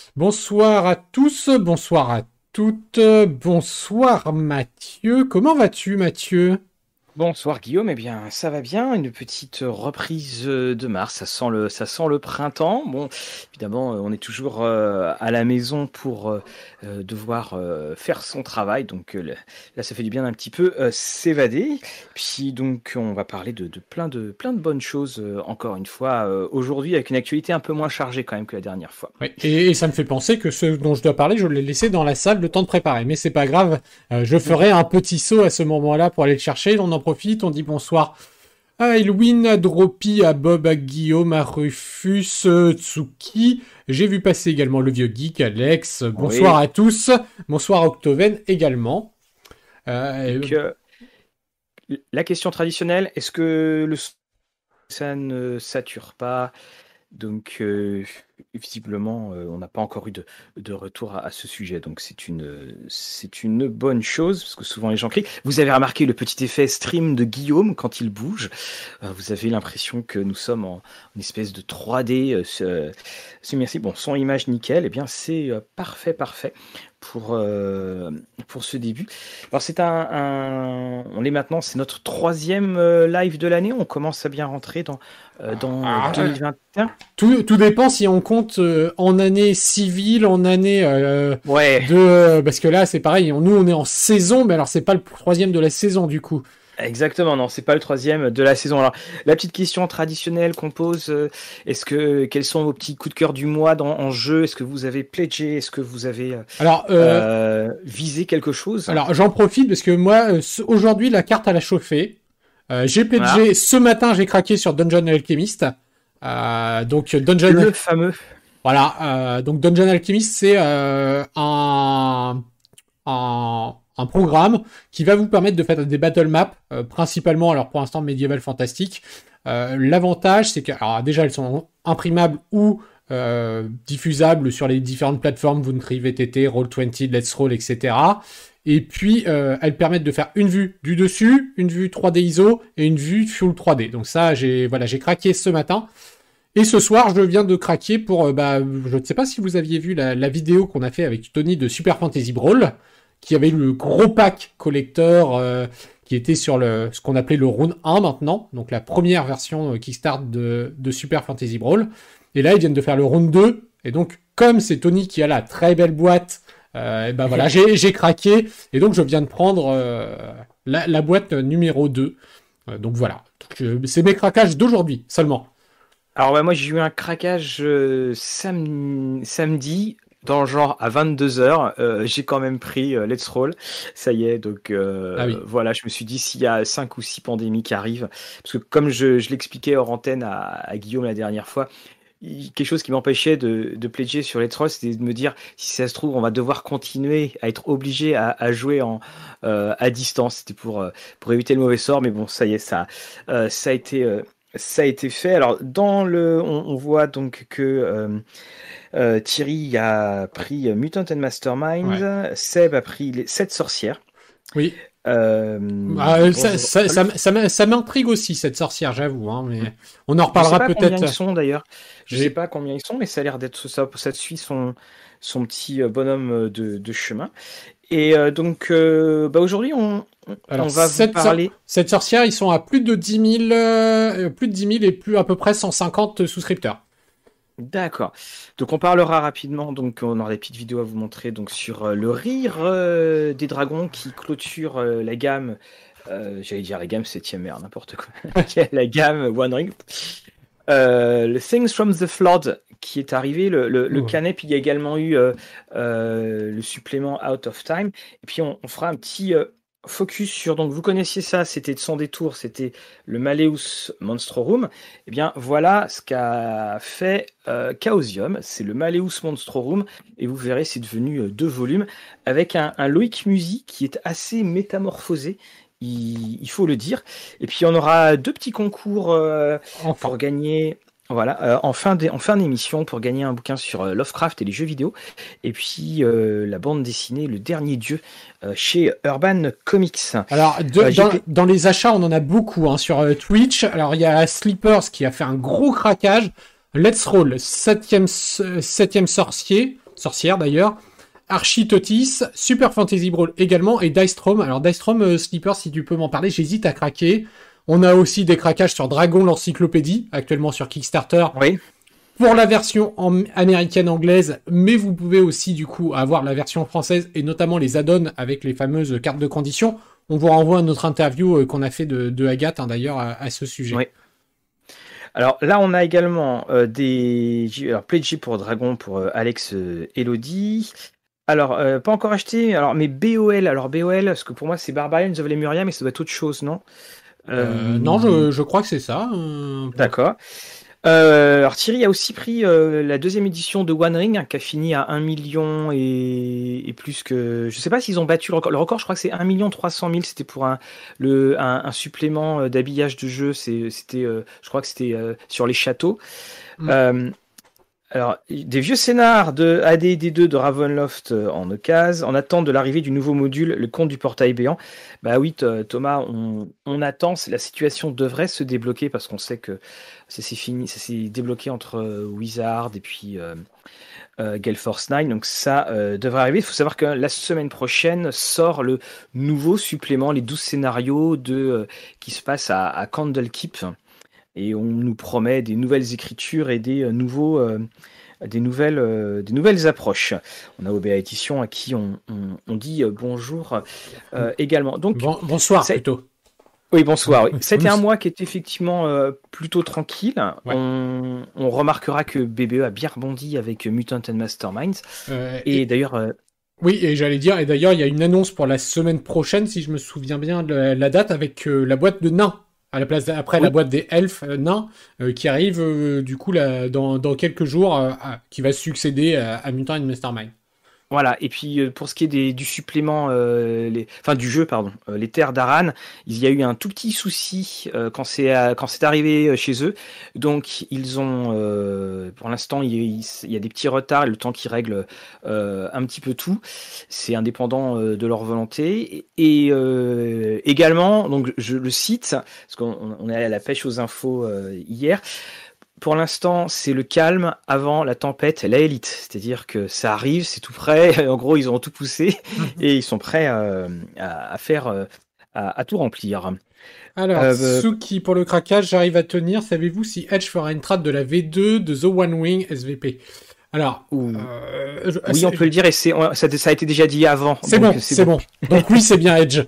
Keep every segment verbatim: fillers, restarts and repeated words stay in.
Bonsoir à tous, bonsoir à toutes, bonsoir Mathieu. Comment vas-tu Mathieu? Bonsoir Guillaume, eh bien ça va bien, une petite reprise euh, de mars, ça sent le, ça sent le printemps. Bon, évidemment, euh, on est toujours euh, à la maison pour euh, euh, devoir euh, faire son travail, donc euh, le- là ça fait du bien d'un petit peu euh, s'évader. Puis donc on va parler de, de plein de plein de bonnes choses euh, encore une fois euh, aujourd'hui avec une actualité un peu moins chargée quand même que la dernière fois. Oui, et, et ça me fait penser que ce dont je dois parler, je l'ai laissé dans la salle le temps de préparer. Mais c'est pas grave, euh, je ferai un petit saut à ce moment-là pour aller le chercher. On en profite, on dit bonsoir à Elwin, à Dropi, à Bob, à Guillaume, à Rufus, euh, Tsuki. J'ai vu passer également le vieux geek, Alex. Bonsoir Oui, à tous. Bonsoir à Octoven également. Euh, donc euh, la question traditionnelle, est-ce que le son, ça ne sature pas? Donc, euh, visiblement, euh, on n'a pas encore eu de, de retour à, à ce sujet. Donc, c'est une, c'est une bonne chose, parce que souvent les gens crient. Vous avez remarqué le petit effet stream de Guillaume quand il bouge. Euh, vous avez l'impression que nous sommes en, en espèce de trois D. Euh, ce- ce- merci. Bon, son image nickel. Eh bien, c'est euh, parfait, parfait pour, euh, pour ce début. Alors, c'est un, un- on est maintenant, c'est notre troisième euh, live de l'année. On commence à bien rentrer dans, euh, dans euh, ah, deux mille vingt et un. Tout, tout dépend si on compte euh, en année civile, en année euh, Ouais, de... euh, parce que là, c'est pareil, on- nous, on est en saison, mais alors c'est pas le troisième de la saison, du coup. exactement. Non, c'est pas le troisième de la saison. Alors, la petite question traditionnelle qu'on pose, euh, est-ce que quels sont vos petits coups de cœur du mois dans, en jeu? Est-ce que vous avez pledgé? Est-ce que vous avez euh, Alors, euh, euh, visé quelque chose? alors j'en profite parce que moi, euh, ce- aujourd'hui, la carte, elle a chauffé. Euh, j'ai Voilà, pledgé, ce matin, j'ai craqué sur Dungeon Alchemist. Euh, donc, Dungeon... le fameux. Voilà, euh, donc Dungeon Alchemist, c'est euh, un... un, un programme qui va vous permettre de faire des battle maps, euh, principalement, alors pour l'instant, médiéval fantastique. Euh, L'avantage, c'est que, alors déjà, elles sont imprimables ou euh, diffusables sur les différentes plateformes, Voontree, V T T, roll vingt, Let's Roll, et cetera. Et puis, euh, elles permettent de faire une vue du dessus, une vue trois D I S O et une vue full trois D. Donc ça, j'ai voilà, j'ai craqué ce matin. Et ce soir, je viens de craquer pour, euh, bah, je ne sais pas si vous aviez vu la, la vidéo qu'on a fait avec Tony de Super Fantasy Brawl, qui avait le gros pack collector euh, qui était sur le, ce qu'on appelait le Round un maintenant, donc la première version euh, Kickstart de, de Super Fantasy Brawl. Et là, ils viennent de faire le Round deux. Et donc, comme c'est Tony qui a la très belle boîte, euh, et ben voilà, j'ai j'ai craqué. Et donc, je viens de prendre euh, la, la boîte numéro deux. Euh, donc voilà, Donc, euh, c'est mes craquages d'aujourd'hui seulement. Alors, ouais, moi, j'ai eu un craquage euh, sam- samedi. Dans le genre à vingt-deux heures, euh, j'ai quand même pris euh, Let's Roll. Ça y est, donc Ah euh, oui. voilà, je me suis dit s'il y a cinq ou six pandémies qui arrivent, parce que comme je, je l'expliquais hors antenne à, à Guillaume la dernière fois, il- quelque chose qui m'empêchait de, de pledger sur Let's Roll, c'était de me dire si ça se trouve, on va devoir continuer à être obligé à, à jouer en, euh, à distance. C'était pour, euh, pour éviter le mauvais sort, mais bon, ça y est, ça, euh, ça a été. euh, ça a été fait. Alors, dans le, on, on voit donc que euh, euh, Thierry a pris Mutant and Ouais. Mastermind, Seb a pris les sept sorcières. Oui. Euh, Ah, ça, bonjour ça, ça, Rolf. ça m- ça m'intrigue aussi, cette sorcière, j'avoue. Hein, mais on en Je sais reparlera pas combien peut-être. ils sont d'ailleurs. Je sais J'ai... pas combien ils sont, mais ça a l'air d'être ça. Ça suit son, son petit euh, bonhomme euh, de, de chemin. Et euh, donc, euh, bah aujourd'hui, on, on on Alors, va vous cette, sor- parler. cette sorcière, ils sont à plus de dix mille, euh, plus de dix mille et plus à peu près cent cinquante souscripteurs. D'accord. Donc on parlera rapidement, donc on aura des petites vidéos à vous montrer donc sur euh, le rire euh, des dragons qui clôture euh, la gamme, euh, j'allais dire la gamme septième mer, n'importe quoi, la gamme One Ring. Euh, le Things from the Flood qui est arrivé, le, le, le Ouh. canet, puis il y a également eu euh, euh, le supplément Out of Time. Et puis on, on fera un petit euh, focus sur, donc vous connaissiez ça, c'était de son détour, c'était le Malleus Monstrorum. Eh bien voilà ce qu'a fait euh, Chaosium, c'est le Malleus Monstrorum, et vous verrez c'est devenu euh, deux volumes, avec un, un Loïc Musi qui est assez métamorphosé. Il, il faut le dire. Et puis on aura deux petits concours euh, Enfin. pour gagner. Voilà, euh, en fin d'é- en fin d'émission pour gagner un bouquin sur euh, Lovecraft et les jeux vidéo, et puis euh, la bande dessinée Le Dernier Dieu euh, chez Urban Comics. Alors, de- Euh, j'ai dans, pla- dans les achats, on en a beaucoup hein, sur euh, Twitch. Alors, il y a Sleepers qui a fait un gros craquage. Let's Roll, septième, s- septième sorcier. sorcière d'ailleurs. Archie Totis, Super Fantasy Brawl également, et Dicestrom. Alors Dicestrom, euh, Sleeper, si tu peux m'en parler, j'hésite à craquer. On a aussi des craquages sur Dragon l'encyclopédie, actuellement sur Kickstarter. Oui. Pour la version en américaine-anglaise, mais vous pouvez aussi du coup avoir la version française et notamment les add-ons avec les fameuses cartes de conditions. On vous renvoie à notre interview euh, qu'on a fait de, de Agathe hein, d'ailleurs à, à ce sujet. Oui. Alors là, on a également euh, des alors Pledgy pour Dragon pour euh, Alex euh, Elodie. Alors, euh, pas encore acheté, alors, mais B O L, alors B O L, parce que pour moi c'est Barbarians of Lemuria, mais ça doit être autre chose, non euh, euh... Non, je, je crois que c'est ça. Euh... D'accord. Euh, alors Thierry a aussi pris euh, la deuxième édition de One Ring, hein, qui a fini à un million et, et plus que... Je sais pas s'ils ont battu le record. Le record, je crois que c'est un million trois cent mille, c'était pour un, le, un, un supplément d'habillage de jeu, c'est, c'était, euh, je crois que c'était euh, sur les châteaux. Mm. Euh, Alors, des vieux scénars de A D D deux de Ravenloft en occasion, en attente de l'arrivée du nouveau module, le conte du portail béant. Bah oui, Thomas, on, on attend, la situation devrait se débloquer parce qu'on sait que ça s'est fini, ça s'est débloqué entre Wizard et puis euh, euh, Gale Force neuf, donc ça euh, devrait arriver. Il faut savoir que la semaine prochaine sort le nouveau supplément, les douze scénarios de, euh, qui se passent à, à Candlekeep. Et on nous promet des nouvelles écritures et des euh, nouveaux, euh, des nouvelles, euh, des nouvelles approches. On a O B A Édition à qui on, on, on dit euh, bonjour euh, également. Donc bon, bonsoir plutôt. Oui, bonsoir. Oui. C'était un mois qui était effectivement euh, plutôt tranquille. Ouais. On, on remarquera que B B E a bien rebondi avec Mutant and Masterminds. Euh, et, et d'ailleurs. Euh... Oui, et j'allais dire, et d'ailleurs, il y a une annonce pour la semaine prochaine, si je me souviens bien de la, la date, avec euh, la boîte de nains. À la place après oui. la boîte des elfes euh, nains euh, qui arrive euh, du coup là, dans, dans quelques jours euh, à, qui va succéder à, à Mutant and Mastermind. Voilà, et puis euh, pour ce qui est des, du supplément, euh, les, enfin du jeu, pardon, euh, les terres d'Aran, il y a eu un tout petit souci euh, quand c'est quand c'est arrivé chez eux. Donc ils ont, euh, pour l'instant, il, il, il y a des petits retards, le temps qu'ils règlent euh, un petit peu tout. C'est indépendant euh, de leur volonté. Et euh, également, donc je le cite, parce qu'on on est allé à la pêche aux infos euh, hier. Pour l'instant, c'est le calme avant la tempête, la élite. C'est-à-dire que ça arrive, c'est tout prêt. En gros, ils ont tout poussé et ils sont prêts à, à, à faire, à, à tout remplir. Alors, euh, Suki, pour le craquage, j'arrive à tenir. Savez-vous si Edge fera une trad de la V deux de The One Wing S V P? Alors, euh, je, oui, on peut le dire et c'est, ça, ça a été déjà dit avant. C'est bon, c'est bon. bon. Donc oui, c'est bien Edge.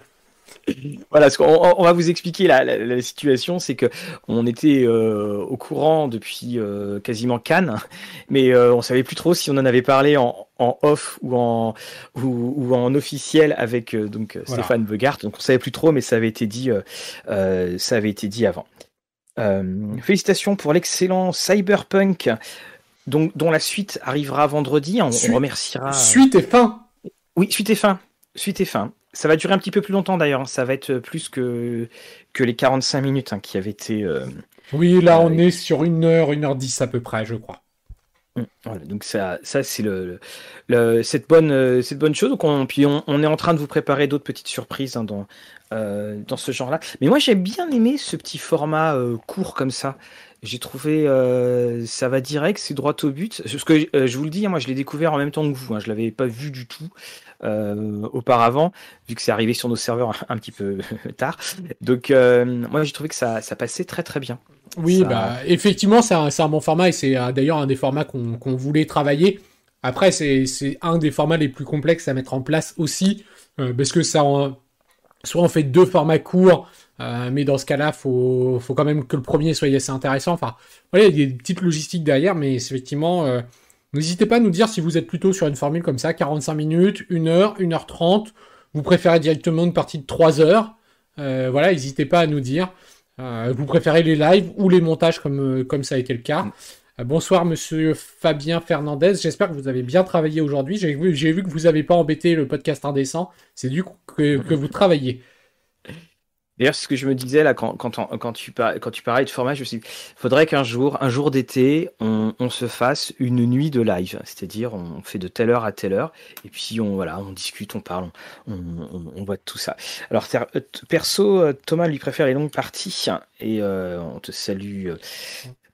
Voilà, on, on va vous expliquer la, la, la situation, c'est que on était euh, au courant depuis euh, quasiment Cannes, mais euh, on savait plus trop si on en avait parlé en, en off ou en ou, ou en officiel avec euh, donc voilà. Stéphane Begart. Donc on savait plus trop, mais ça avait été dit, euh, euh, ça avait été dit avant. Euh, félicitations pour l'excellent Cyberpunk, donc dont la suite arrivera vendredi. On, suite, on remerciera. Suite et fin. Oui, suite et fin. Suite et fin. Ça va durer un petit peu plus longtemps d'ailleurs, ça va être plus que, que les quarante-cinq minutes hein, qui avaient été... Euh, oui, là euh, on est sur une heure, une heure dix à peu près, je crois. Voilà, donc ça, ça c'est le, le, cette, bonne, cette bonne chose. Donc on, puis on, on est en train de vous préparer d'autres petites surprises hein, dans, euh, dans ce genre-là. Mais moi j'ai bien aimé ce petit format euh, court comme ça. J'ai trouvé euh, ça va direct, c'est droit au but. Parce que euh, je vous le dis, hein, moi je l'ai découvert en même temps que vous. Hein, je l'avais pas vu du tout euh, auparavant, vu que c'est arrivé sur nos serveurs un, un petit peu tard. Donc euh, moi j'ai trouvé que ça, ça passait très très bien. Oui, ça... bah effectivement c'est un, c'est un bon format et c'est euh, d'ailleurs un des formats qu'on, qu'on voulait travailler. Après c'est, c'est un des formats les plus complexes à mettre en place aussi, euh, parce que ça en, soit on fait deux formats courts. Euh, mais dans ce cas-là, faut, faut quand même que le premier soit assez intéressant. Enfin, voilà, il y a des petites logistiques derrière, mais effectivement, euh, n'hésitez pas à nous dire si vous êtes plutôt sur une formule comme ça, quarante-cinq minutes, une heure, une heure trente. Vous préférez directement une partie de trois heures. Euh, voilà, n'hésitez pas à nous dire. Euh, vous préférez les lives ou les montages comme, comme ça a été le cas. Euh, bonsoir, monsieur Fabien Fernandez. J'espère que vous avez bien travaillé aujourd'hui. J'ai vu, j'ai vu que vous n'avez pas embêté le podcast indécent. C'est du coup que, que vous travaillez. D'ailleurs, c'est ce que je me disais là quand, quand, quand, tu, par, quand tu parlais de format, je me suis dit, faudrait qu'un jour, un jour d'été, on, on se fasse une nuit de live. C'est-à-dire, on fait de telle heure à telle heure, et puis on, voilà, on discute, on parle, on, on, on voit tout ça. Alors, perso, Thomas lui préfère les longues parties, et euh, on te salue.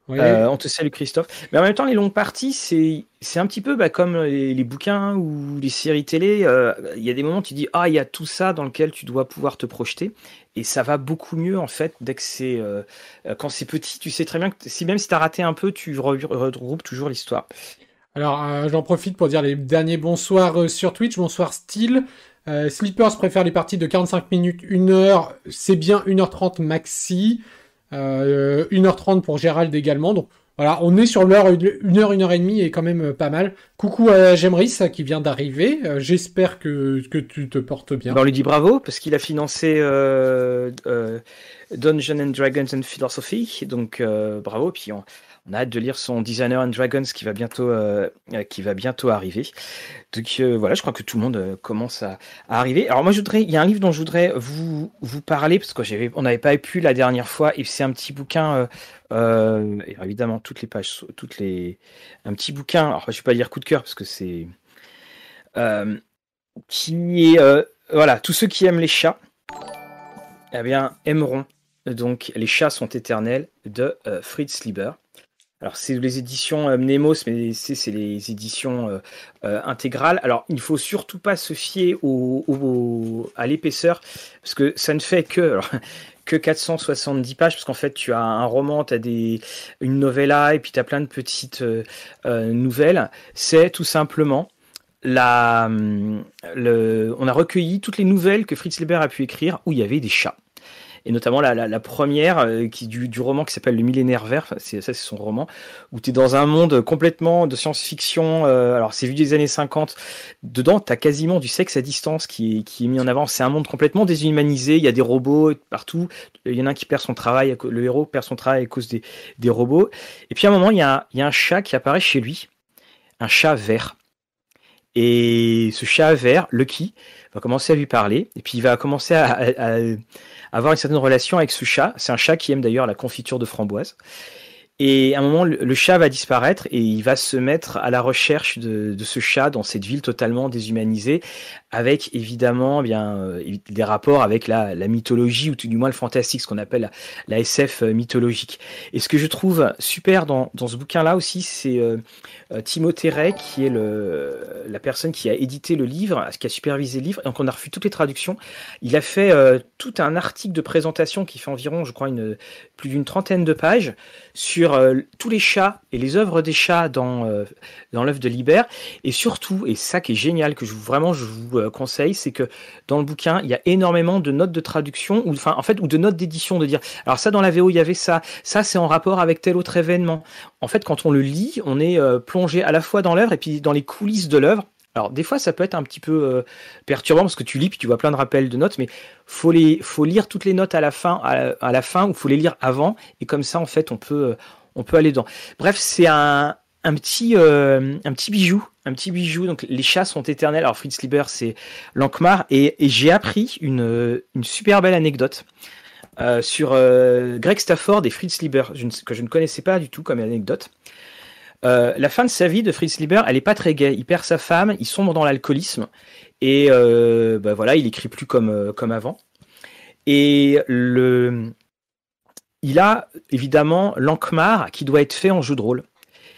Oui. Euh, on te salue Christophe. Mais en même temps, les longues parties, c'est c'est un petit peu bah, comme les, les bouquins ou les séries télé. euh, Il y a des moments où tu dis ah il y a tout ça dans lequel tu dois pouvoir te projeter et ça va beaucoup mieux en fait dès que c'est euh, euh, quand c'est petit. Tu sais très bien que si même si t'as raté un peu, tu re- regroupes toujours l'histoire. Alors, euh, j'en profite pour dire les derniers bonsoirs euh, sur Twitch. Bonsoir Steel. Euh, Sleepers préfère les parties de quarante-cinq minutes, une heure. C'est bien une heure trente maxi. Euh, une heure trente pour Gérald également. Donc voilà, on est sur l'heure, une heure, une heure et demie et quand même euh, pas mal. Coucou à Gemris qui vient d'arriver. Euh, J'espère que, que tu te portes bien. Ben, on lui dit bravo parce qu'il a financé euh, euh, Dungeons and Dragons and Philosophy, donc euh, bravo. Puis on, on a hâte de lire son Designer and Dragons qui va bientôt, euh, qui va bientôt arriver. Donc euh, voilà, je crois que tout le monde euh, commence à, à arriver. Alors moi, je voudrais, il y a un livre dont je voudrais vous vous parler parce que j'avais, on n'avait pas pu la dernière fois et c'est un petit bouquin. Euh, euh, et évidemment, toutes les pages, toutes les, un petit bouquin. Alors je vais pas dire coup de cœur parce que c'est euh, qui est euh, voilà, tous ceux qui aiment les chats, eh bien, aimeront. Donc, Les chats sont éternels de euh, Fritz Lieber. Alors, c'est les éditions euh, Mnemos, mais c'est, c'est les éditions euh, euh, intégrales. Alors, il ne faut surtout pas se fier au, au- à l'épaisseur, parce que ça ne fait que, alors, que quatre cent soixante-dix pages, parce qu'en fait, tu as un roman, tu as des, une novella, et puis tu as plein de petites euh, euh, nouvelles. C'est tout simplement la, le, on a recueilli toutes les nouvelles que Fritz Leiber a pu écrire où il y avait des chats. Et notamment la, la, la première euh, qui, du, du roman qui s'appelle Le Millénaire Vert, enfin, c'est, ça c'est son roman, où tu es dans un monde complètement de science-fiction, euh, alors c'est vu des années cinquante, dedans tu as quasiment du sexe à distance qui est, qui est mis en avant, c'est un monde complètement déshumanisé, il y a des robots partout, il y en a un qui perd son travail, le héros perd son travail à cause des, des robots, et puis à un moment il y a, il y a un chat qui apparaît chez lui, un chat vert. Et ce chat vert, Lucky, va commencer à lui parler. Et puis il va commencer à, à- à avoir une certaine relation avec ce chat. C'est un chat qui aime d'ailleurs la confiture de framboise. Et à un moment, le, le chat va disparaître et il va se mettre à la recherche de, de ce chat dans cette ville totalement déshumanisée, avec évidemment eh bien euh, des rapports avec la, la mythologie ou tout du moins le fantastique, ce qu'on appelle la, la S F mythologique. Et ce que je trouve super dans, dans ce bouquin-là aussi, c'est euh, euh, Timothée Ray, qui est le, la personne qui a édité le livre, qui a supervisé le livre. Donc on a refait toutes les traductions. Il a fait euh, tout un article de présentation qui fait environ, je crois, une, plus d'une trentaine de pages sur euh, tous les chats et les œuvres des chats dans, euh, dans l'œuvre de Liber. Et surtout, et ça qui est génial, que je vous, vraiment je vous euh, conseille, c'est que dans le bouquin, il y a énormément de notes de traduction, ou enfin en fait, ou de notes d'édition, de dire, alors ça dans la V O, il y avait ça, ça c'est en rapport avec tel autre événement. En fait, quand on le lit, on est euh, plongé à la fois dans l'œuvre et puis dans les coulisses de l'œuvre. Alors des fois ça peut être un petit peu euh, perturbant parce que tu lis puis tu vois plein de rappels de notes, mais faut les faut lire toutes les notes à la fin à, à la fin ou faut les lire avant et comme ça en fait on peut on peut aller dedans. Bref, c'est un un petit euh, un petit bijou, un petit bijou. Donc les chats sont éternels. Alors Fritz Lieber c'est Lankmar et, et j'ai appris une une super belle anecdote. Euh, sur euh, Greg Stafford et Fritz Lieber, je ne, que je ne connaissais pas du tout comme anecdote. Euh, la fin de sa vie de Fritz Lieber, elle est pas très gaie. Il perd sa femme, il sombre dans l'alcoolisme et euh, bah voilà, il écrit plus comme euh, comme avant. Et le, il a évidemment Lankmar qui doit être fait en jeu de rôle.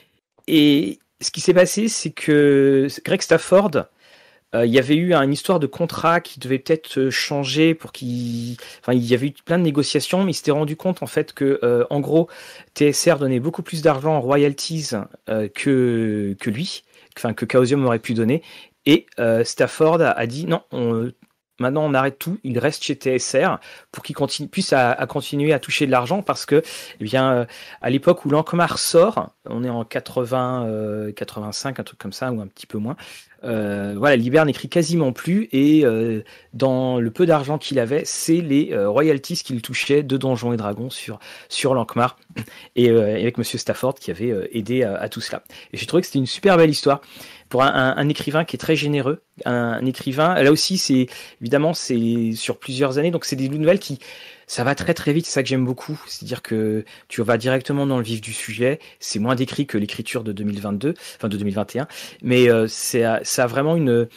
Et ce qui s'est passé, c'est que Greg Stafford, euh, il y avait eu une histoire de contrat qui devait peut-être changer pour qu'il, enfin, il y avait eu plein de négociations, mais il s'était rendu compte en fait que, euh, en gros, T S R donnait beaucoup plus d'argent en royalties euh, que que lui, enfin que Chaosium aurait pu donner, et euh, Stafford a, a dit non, on, maintenant on arrête tout, il reste chez T S R pour qu'il continue, puisse à, à continuer à toucher de l'argent parce que, eh bien, euh, à l'époque où Lankmar sort, on est en quatre-vingts, euh, quatre-vingt-cinq, un truc comme ça ou un petit peu moins. Euh, voilà, Liber n'écrit quasiment plus et euh, dans le peu d'argent qu'il avait, c'est les euh, royalties qu'il touchait de Donjons et Dragons sur sur Lankmar et euh, avec Monsieur Stafford qui avait euh, aidé à, à tout cela. Et j'ai trouvé que c'était une super belle histoire pour un, un, un écrivain qui est très généreux, un, un écrivain. Là aussi, c'est évidemment c'est sur plusieurs années, donc c'est des nouvelles qui ça va très très vite, c'est ça que j'aime beaucoup. C'est-à-dire que tu vas directement dans le vif du sujet. C'est moins décrit que l'écriture de deux mille vingt-deux, enfin de deux mille vingt et un, mais euh, c'est, ça a vraiment une,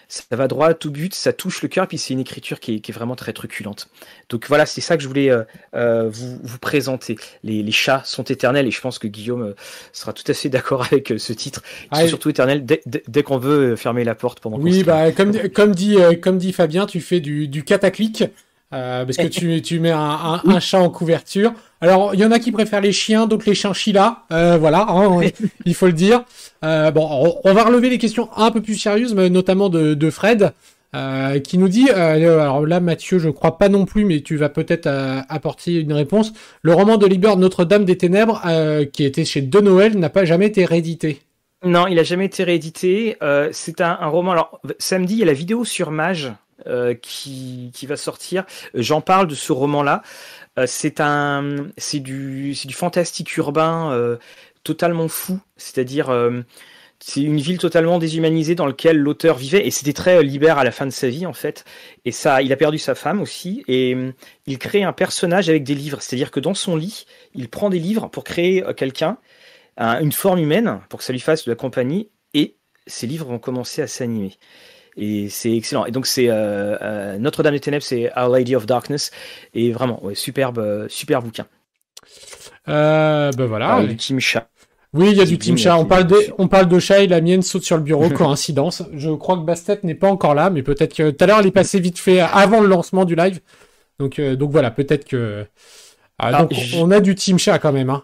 ça va droit au but, ça touche le cœur, puis c'est une écriture qui est, qui est vraiment très truculente. Donc voilà, c'est ça que je voulais euh, euh, vous, vous présenter. Les, les chats sont éternels, et je pense que Guillaume euh, sera tout à fait d'accord avec euh, ce titre. Ils Ah, sont et- surtout éternels dès, dès, dès qu'on veut euh, fermer la porte pendant qu'on oui, stream. bah comme comme dit euh, comme dit Fabien, tu fais du du cataclic euh, parce que tu tu mets un, un, un Oui. chat en couverture. Alors il y en a qui préfèrent les chiens, d'autres les chinchillas. Euh, voilà, hein, on- il faut le dire. Euh, bon, on, on va relever les questions un peu plus sérieuses, mais notamment de de Fred. Euh, qui nous dit, euh, alors là Mathieu je crois pas non plus, mais tu vas peut-être euh, apporter une réponse. Le roman de Liber Notre-Dame des Ténèbres, euh, qui était chez De Noël, n'a pas jamais été réédité. Non, il a jamais été réédité. Euh, c'est un, un roman. Alors, samedi, il y a la vidéo sur Mage euh, qui, qui va sortir. J'en parle de ce roman-là. Euh, c'est un, c'est du, c'est du fantastique urbain euh, totalement fou. C'est-à-dire, euh, c'est une ville totalement déshumanisée dans laquelle l'auteur vivait. Et c'était très euh, Libère à la fin de sa vie, en fait. Et ça, il a perdu sa femme aussi. Et euh, il crée un personnage avec des livres. C'est-à-dire que dans son lit, il prend des livres pour créer euh, quelqu'un, un- une forme humaine pour que ça lui fasse de la compagnie, et ces livres vont commencer à s'animer. Et c'est excellent. Et donc c'est euh, euh, Notre-Dame des Ténèbres, c'est Our Lady of Darkness, et vraiment, ouais, superbe, euh, super bouquin. Euh, ben voilà. Alors, il y a du Team Chat. Oui, il y a du Ghibli, team mais chat. On qui- parle de, on parle de chat et la mienne saute sur le bureau. Coïncidence. Je crois que Bastet n'est pas encore là, mais peut-être que tout à l'heure elle est passée vite fait avant le lancement du live. Donc, euh, donc voilà, peut-être que. Ah, Ah, donc je- on a du team chat quand même. Hein.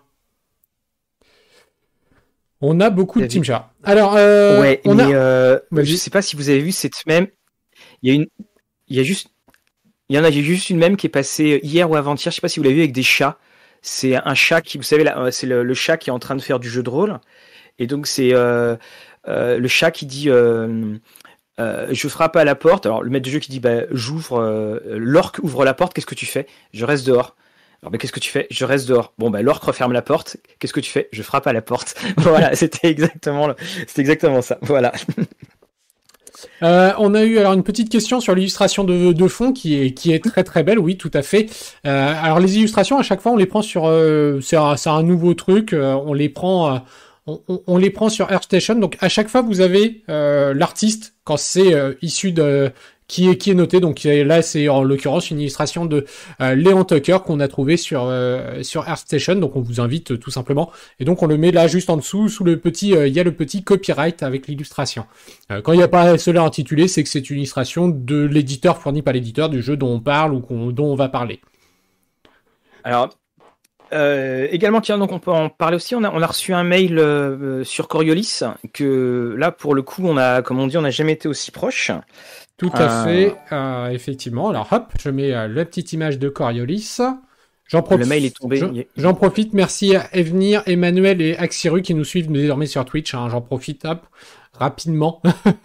On a beaucoup de David. team chat. Alors, euh, ouais, on mais a. euh, Vas-y. je sais pas si vous avez vu cette même. Il y a une, il y a juste, il y en a, il y a juste une même qui est passée hier ou avant-hier. Je sais pas si vous l'avez vu avec des chats. C'est un chat qui, vous savez, là, euh, c'est le, le chat qui est en train de faire du jeu de rôle. Et donc c'est euh, euh, le chat qui dit euh, euh, je frappe à la porte. Alors le maître de jeu qui dit bah, j'ouvre, euh, l'orque ouvre la porte, qu'est-ce que tu fais? Je reste dehors. Alors bah, qu'est-ce que tu fais? Je reste dehors. Bon bah l'orque referme la porte, qu'est-ce que tu fais? Je frappe à la porte. Voilà, c'était exactement, le- c'était exactement ça. Voilà. Euh, on a eu alors une petite question sur l'illustration de, de fond qui est qui est très très belle, oui, tout à fait. Euh, alors les illustrations à chaque fois on les prend sur euh, c'est un, c'est un nouveau truc, euh, on les prend euh, on, on- on les prend sur ArtStation. Donc à chaque fois vous avez euh, l'artiste quand c'est euh, issu de qui est qui est noté. Donc euh, là c'est en l'occurrence une illustration de euh, Léon Tucker qu'on a trouvé sur euh, sur ArtStation. Donc on vous invite euh, tout simplement et donc on le met là juste en dessous sous le petit euh, il y a le petit copyright avec l'illustration. Euh, quand il n'y a pas cela intitulé, c'est que c'est une illustration de l'éditeur fourni par l'éditeur du jeu dont on parle ou qu'on- dont on va parler. Alors euh, également tiens donc on peut en parler aussi. On a on a reçu un mail euh, sur Coriolis que là pour le coup on a comme on dit on n'a jamais été aussi proche. Tout à Euh, fait, euh, effectivement. Alors hop, je mets euh, la petite image de Coriolis. J'en Le profite, mail est tombé. je- Il y a- j'en profite. Merci à Evenir, Emmanuel et Axiru qui nous suivent désormais sur Twitch. hein. J'en profite hop, rapidement.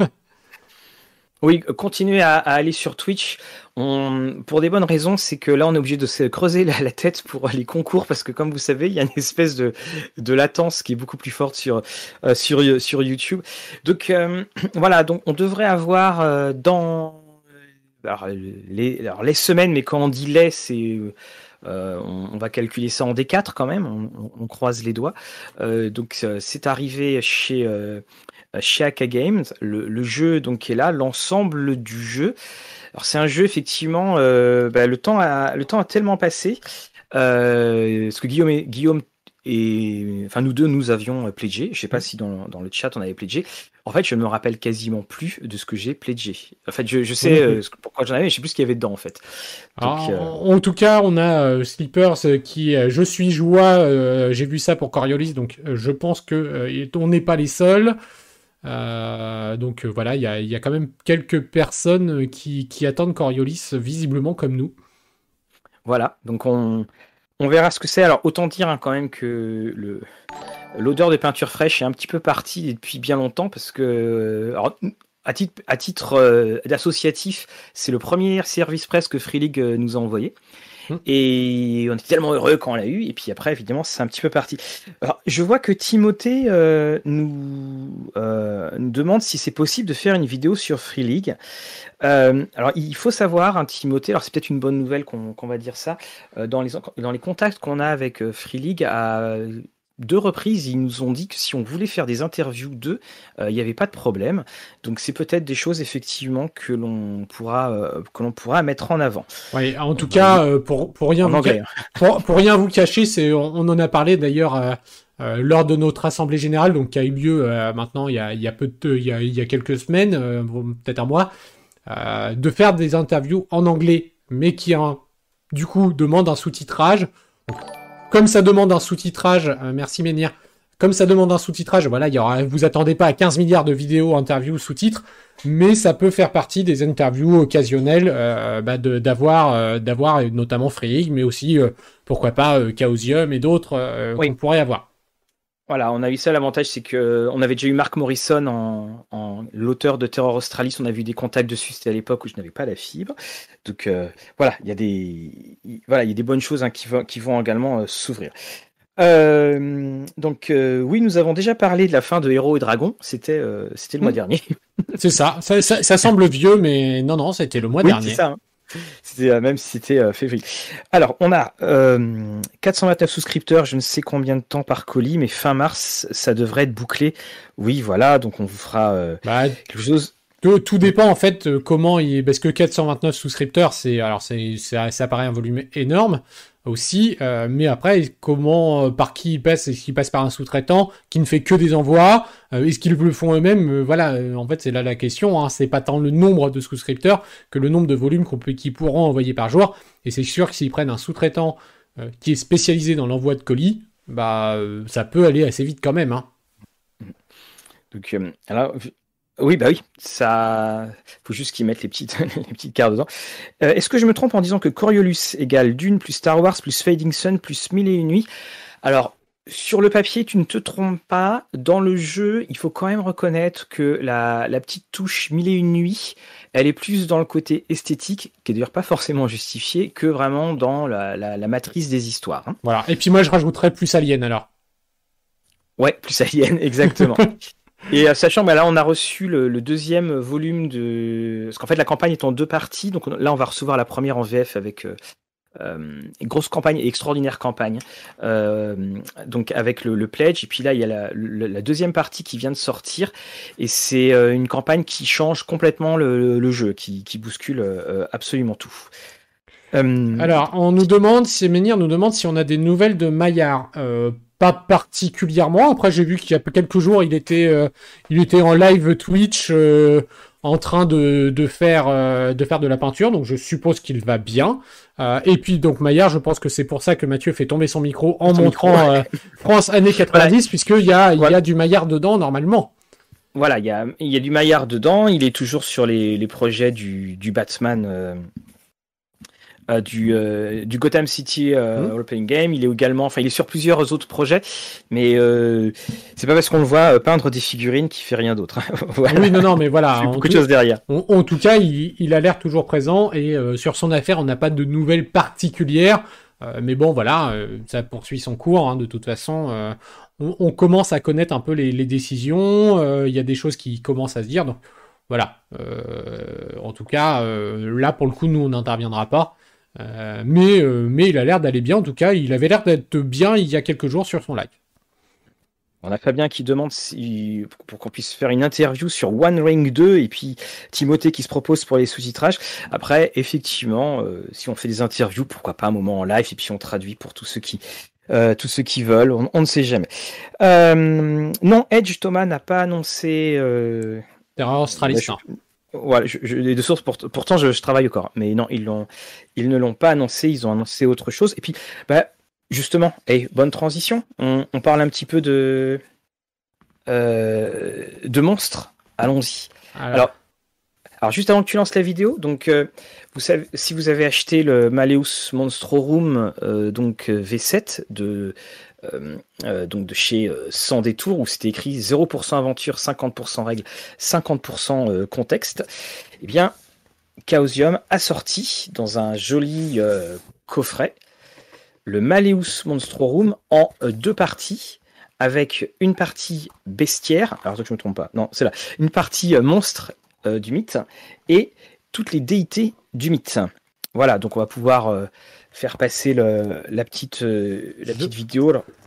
Oui, continuez à, à aller sur Twitch. On, pour des bonnes raisons, c'est que là, on est obligé de se creuser la, la tête pour les concours parce que, comme vous savez, il y a une espèce de, de latence qui est beaucoup plus forte sur, euh, sur, sur YouTube. Donc, euh, voilà, donc on devrait avoir euh, dans alors, les, alors, les semaines, mais quand on dit les, c'est. Euh, on, on va calculer ça en D quatre quand même, on, on- on croise les doigts. Euh, donc, euh, c'est arrivé chez. Euh, chez Aka Games, le, le jeu donc qui est là, l'ensemble du jeu. Alors c'est un jeu effectivement, euh, bah, le temps a le temps a tellement passé, euh, parce que Guillaume et Guillaume et enfin nous deux nous avions pledgé. Je sais pas si dans, dans le chat on avait pledgé. En fait, je ne me rappelle quasiment plus de ce que j'ai pledgé. En fait, je, je sais euh, ce que- pourquoi j'en avais, mais je sais plus ce qu'il y avait dedans en fait. Donc, Alors, euh, en, en tout cas, on a euh, Sleepers euh, qui euh, je suis joie. euh, J'ai vu ça pour Coriolis, donc euh, je pense que euh, on n'est pas les seuls. Euh, donc euh, voilà, il y a, il y a quand même quelques personnes euh, qui, qui attendent Coriolis euh, visiblement comme nous. voilà, donc on, on verra ce que c'est. Alors autant dire hein, quand même que le l'odeur de peinture fraîche est un petit peu partie depuis bien longtemps parce que alors, à titre, à titre euh, d'associatif, c'est le premier service presse que Free League euh, nous a envoyé. Hmm. Et on était tellement heureux quand on l'a eu. Et puis après, évidemment, c'est un petit peu parti. Alors, je vois que Timothée euh, nous, euh, nous demande si c'est possible de faire une vidéo sur Free League. Euh, alors, il faut savoir, hein, Timothée, alors c'est peut-être une bonne nouvelle qu'on qu'on va dire ça, euh, dans, les, dans les contacts qu'on a avec euh, Free League, à, deux reprises, ils nous ont dit que si on voulait faire des interviews d'eux, euh, il n'y avait pas de problème. Donc c'est peut-être des choses effectivement que l'on pourra euh, que l'on pourra mettre en avant. Oui, en tout cas, euh, pour pour rien En vous anglais. ca- pour, pour rien vous cacher, c'est on, on en a parlé d'ailleurs euh, euh, lors de notre assemblée générale, donc qui a eu lieu euh, maintenant il y a il y a peu de il y a il y a quelques semaines, euh, bon, peut-être un mois, euh, de faire des interviews en anglais, mais qui hein, du coup demandent un sous-titrage. Donc, comme ça demande un sous-titrage, euh, merci Menhir. Comme ça demande un sous-titrage, voilà, il y aura, vous attendez pas à quinze milliards de vidéos, interviews, sous-titres, mais ça peut faire partie des interviews occasionnelles euh, bah, de, d'avoir, euh, d'avoir notamment Freehig, mais aussi euh, pourquoi pas euh, Chaosium et d'autres euh, Oui. qu'on pourrait avoir. Voilà, on a eu ça, l'avantage, c'est que on avait déjà eu Mark Morrison, en, en l'auteur de Terror Australis, on a vu des contacts dessus, c'était à l'époque où je n'avais pas la fibre. Donc euh, voilà, il y a des il, voilà, il y a des bonnes choses hein, qui, vont, qui vont également euh, s'ouvrir. Euh, donc euh, oui, nous avons déjà parlé de la fin de Héros et Dragons, c'était euh, c'était le mois Mmh. dernier. C'est ça. Ça, ça, ça semble vieux, mais non, non, c'était le mois Oui, dernier. c'est ça. Hein. C'était, euh, même si c'était euh, février. Alors, on a euh, quatre cent vingt-neuf souscripteurs, je ne sais combien de temps par colis, mais fin mars, ça devrait être bouclé. Oui, voilà, donc on vous fera euh, Bah, quelque chose. Tout, tout dépend en fait euh, comment il parce que quatre cent vingt-neuf souscripteurs c'est alors c'est ça, ça paraît un volume énorme aussi euh, mais après comment euh, par qui il passe est-ce qu'il passe par un sous-traitant qui ne fait que des envois euh, est-ce qu'ils le font eux-mêmes euh, voilà euh, en fait c'est là la question hein, c'est pas tant le nombre de souscripteurs que le nombre de volumes qu'on peut qu'ils pourront envoyer par jour et c'est sûr que s'ils prennent un sous-traitant euh, qui est spécialisé dans l'envoi de colis bah euh, ça peut aller assez vite quand même hein. Donc euh, alors oui, bah oui, ça. Faut juste qu'ils mettent les petites, les petites cartes dedans. Euh, est-ce que je me trompe en disant que Coriolis égale Dune plus Star Wars plus Fading Sun plus Mille et une nuits? Alors, sur le papier, tu ne te trompes pas. Dans le jeu, il faut quand même reconnaître que la, la petite touche Mille et une nuits, elle est plus dans le côté esthétique, qui est d'ailleurs pas forcément justifié, que vraiment dans la, la, la matrice des histoires. Hein. Voilà. Et puis moi je rajouterais plus Alien alors. Ouais, plus Alien, exactement. Et euh, sachant, bah là, on a reçu le, le deuxième volume de... Parce qu'en fait, la campagne est en deux parties. Donc là, on va recevoir la première en V F avec euh, euh, une grosse campagne et extraordinaire campagne. Euh, donc avec le, le Pledge. Et puis là, il y a la, la, la deuxième partie qui vient de sortir. Et c'est euh, une campagne qui change complètement le, le jeu, qui, qui bouscule euh, absolument tout. Euh... Alors, on nous demande, si Menhir nous demande si on a des nouvelles de Maillard. Euh, pas particulièrement. Après, j'ai vu qu'il y a quelques jours, il était, euh, il était en live Twitch euh, en train de, de faire, euh, de faire de la peinture. Donc, je suppose qu'il va bien. Euh, et puis, donc Maillard, je pense que c'est pour ça que Mathieu fait tomber son micro en son montrant micro, ouais. euh, France années quatre-vingt-dix, voilà. puisqu'il y a, il voilà. y a du Maillard dedans normalement. Voilà, il y a, il y a du Maillard dedans. Il est toujours sur les, les projets du, du Batman. Euh... Euh, du, euh, du Gotham City euh, mmh. Role-Playing Game. Il est également, enfin, il est sur plusieurs autres projets, mais euh, c'est pas parce qu'on le voit euh, peindre des figurines qu'il fait rien d'autre. Voilà. Oui, non, non, mais voilà. Il fait beaucoup de choses derrière. En, en tout cas, il, il a l'air toujours présent et euh, sur son affaire, on n'a pas de nouvelles particulières. Euh, mais bon, voilà, euh, ça poursuit son cours. Hein, de toute façon, euh, on, on commence à connaître un peu les, les décisions. Il y a des choses qui commencent à se dire. Donc, voilà. Euh, en tout cas, euh, là, pour le coup, nous, on n'interviendra pas. Euh, mais, euh, mais il a l'air d'aller bien, en tout cas, il avait l'air d'être bien il y a quelques jours sur son live. On a Fabien qui demande si, pour qu'on puisse faire une interview sur One Ring deux, et puis Timothée qui se propose pour les sous-titrages. Après, effectivement, euh, si on fait des interviews, pourquoi pas un moment en live, et puis on traduit pour tous ceux qui, euh, tous ceux qui veulent, on, on ne sait jamais. Euh, non, Edge, Thomas n'a pas annoncé... Euh... Terror Australis, je... Voilà, je, je, les deux sources, pour, pourtant je, je travaille encore, mais non, ils, l'ont, ils ne l'ont pas annoncé, ils ont annoncé autre chose. Et puis, bah, justement, hey, bonne transition, on, on parle un petit peu de, euh, de monstres, allons-y. Alors. alors, alors, juste avant que tu lances la vidéo, donc, euh, vous savez, si vous avez acheté le Malleus Monstrorum euh, donc, V sept de... Euh, euh, donc de chez euh, Sans Détour, où c'était écrit zéro pour cent aventure, cinquante pour cent règles, cinquante pour cent euh, contexte, eh bien, Chaosium a sorti dans un joli euh, coffret le Malleus Monstrorum en euh, deux parties, avec une partie bestiaire, alors que je ne me trompe pas, non, c'est là, une partie euh, monstre euh, du mythe, et toutes les déités du mythe. Voilà, donc on va pouvoir... Euh, faire passer le, la petite, euh, la petite vidéo. Alors.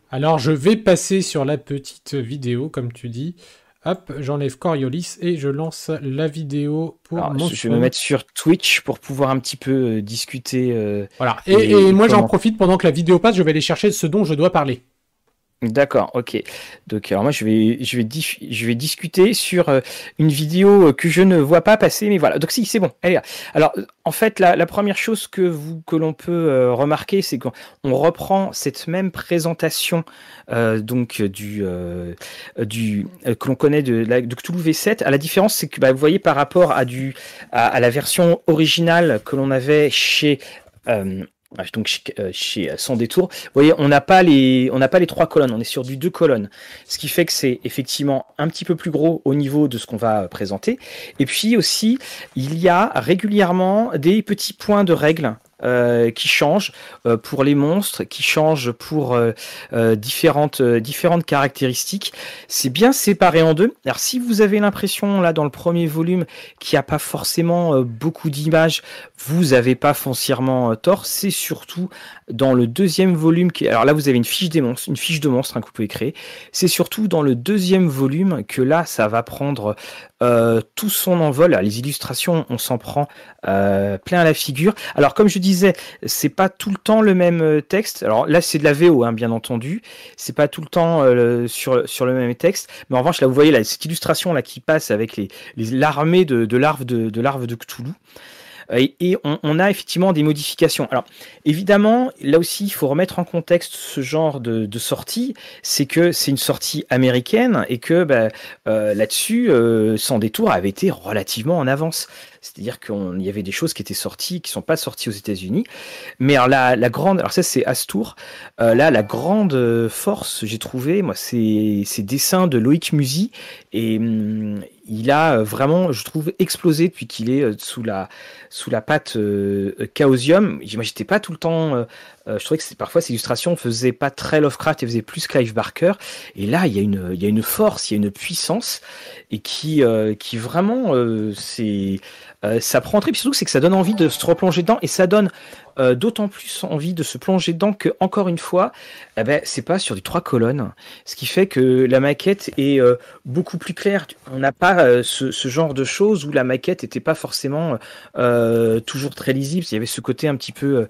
Alors, je vais passer sur la petite vidéo, comme tu dis. Hop, j'enlève Coriolis et je lance la vidéo pour Alors, mon je vais me mettre sur Twitch pour pouvoir un petit peu euh, discuter. Euh, Voilà. Et, et, et moi, et j'en comment... profite pendant que la vidéo passe, je vais aller chercher ce dont je dois parler. D'accord, ok. Donc, alors moi, je vais, je vais, dis- je vais discuter sur euh, une vidéo que je ne vois pas passer, mais voilà. Donc, si, c'est bon. Allez, là. Alors, euh, en fait, la, la première chose que vous, que l'on peut euh, remarquer, c'est qu'on on reprend cette même présentation, euh, donc du, euh, du euh, que l'on connaît de, la, de Cthulhu V sept. À la différence, c'est que bah, vous voyez par rapport à du, à, à la version originale que l'on avait chez euh, donc chez, euh, chez Sans Détour, vous voyez, on n'a pas les, on n'a pas les trois colonnes, on est sur du deux colonnes, ce qui fait que c'est effectivement un petit peu plus gros au niveau de ce qu'on va présenter. Et puis aussi, il y a régulièrement des petits points de règles. Euh, qui changent euh, pour les monstres, qui changent pour euh, euh, différentes, euh, différentes caractéristiques. C'est bien séparé en deux. Alors si vous avez l'impression là dans le premier volume qu'il n'y a pas forcément euh, beaucoup d'images, vous n'avez pas foncièrement euh, tort. C'est surtout dans le deuxième volume. Qui... Alors là vous avez une fiche des monstres, une fiche de monstres hein, que vous pouvez créer. C'est surtout dans le deuxième volume que là ça va prendre euh, tout son envol. Alors, les illustrations, on s'en prend euh, plein à la figure. Alors comme je dis disais, c'est pas tout le temps le même texte. Alors là, c'est de la V O, hein, bien entendu. C'est pas tout le temps euh, sur, sur le même texte. Mais en revanche, là, vous voyez là, cette illustration là qui passe avec les, les l'armée de, de larves de, de larves de Cthulhu. Et, et on, on a effectivement des modifications. Alors, évidemment, là aussi, il faut remettre en contexte ce genre de, de sortie. C'est que c'est une sortie américaine et que bah, euh, là-dessus, euh, Sans Détour avait été relativement en avance. C'est-à-dire qu'il y avait des choses qui étaient sorties, qui ne sont pas sorties aux États-Unis. Mais alors, la, la grande, alors ça c'est Astour. Euh, là, la grande force, j'ai trouvé, moi, c'est ces dessins de Loïc Musy. Et hum, il a vraiment, je trouve, explosé depuis qu'il est sous la sous la patte euh, Chaosium. Moi, j'étais pas tout le temps. Euh, euh, je trouvais que parfois ces illustrations faisaient pas très Lovecraft, elles faisaient plus Clive Barker. Et là, il y a une il y a une force, il y a une puissance et qui euh, qui vraiment euh, c'est Euh, ça prend très, puis surtout c'est que ça donne envie de se replonger dedans et ça donne euh, d'autant plus envie de se plonger dedans que encore une fois, eh ben c'est pas sur du trois colonnes, ce qui fait que la maquette est euh, beaucoup plus claire. On n'a pas euh, ce, ce genre de choses où la maquette était pas forcément euh, toujours très lisible. Il y avait ce côté un petit peu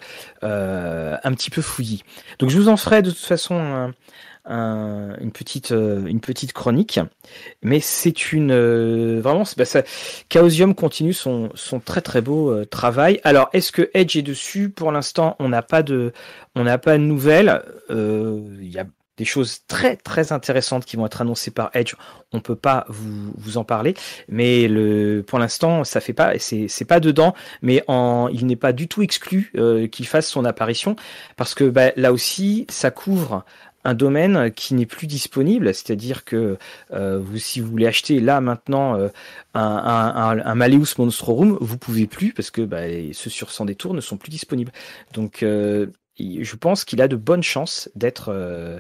euh, un petit peu fouillis. Donc je vous en ferai de toute façon un, un, une petite euh, une petite chronique, mais c'est une euh, vraiment c'est, bah, ça, Chaosium continue son son très très beau euh, travail. Alors est-ce que Edge est dessus? Pour l'instant on n'a pas de on n'a pas de nouvelles. Euh, il y a des choses très très intéressantes qui vont être annoncées par Edge. On peut pas vous vous en parler, mais le pour l'instant ça fait pas c'est c'est pas dedans, mais en il n'est pas du tout exclu euh, qu'il fasse son apparition parce que bah, là aussi ça couvre un domaine qui n'est plus disponible, c'est-à-dire que euh, vous, si vous voulez acheter là maintenant euh, un, un, un, un Malleus Monstrorum, vous pouvez plus parce que bah, ceux sur Sans Détour ne sont plus disponibles. Donc euh, je pense qu'il a de bonnes chances d'être euh,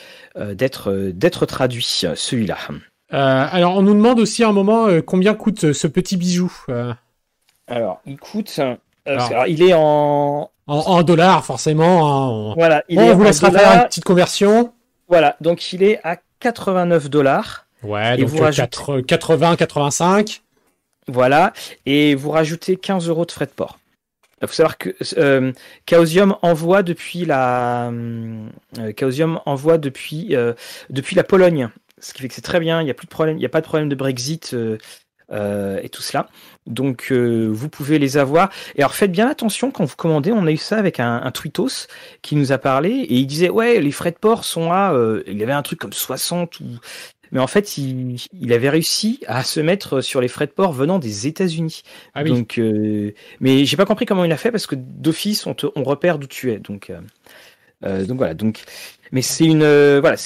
d'être d'être traduit celui-là. Euh, alors on nous demande aussi à un moment euh, combien coûte ce petit bijou. Euh... Alors il coûte, euh, alors, alors, il est en En, en dollars, forcément. Hein, on... Voilà, il bon, est on vous laissera dollars. faire une petite conversion. Voilà, donc il est à quatre-vingt-neuf dollars. Ouais, et donc vous rajoutez... quatre-vingts, quatre-vingt-cinq. Voilà, et vous rajoutez quinze euros de frais de port. Il faut savoir que euh, Chaosium envoie depuis la euh, Chaosium envoie depuis euh, depuis la Pologne, ce qui fait que c'est très bien. Il y a plus de problème, il y a pas de problème de Brexit. Euh, Euh, et tout cela. Donc euh, vous pouvez les avoir. Et alors faites bien attention quand vous commandez. On a eu ça avec un, un Twitos qui nous a parlé et il disait ouais les frais de port sont à euh, il y avait un truc comme soixante ou mais en fait il, il avait réussi à se mettre sur les frais de port venant des États-Unis. Ah oui. Donc euh, mais j'ai pas compris comment il a fait parce que d'office on te on repère d'où tu es. Donc euh, euh, donc voilà donc mais c'est une euh, voilà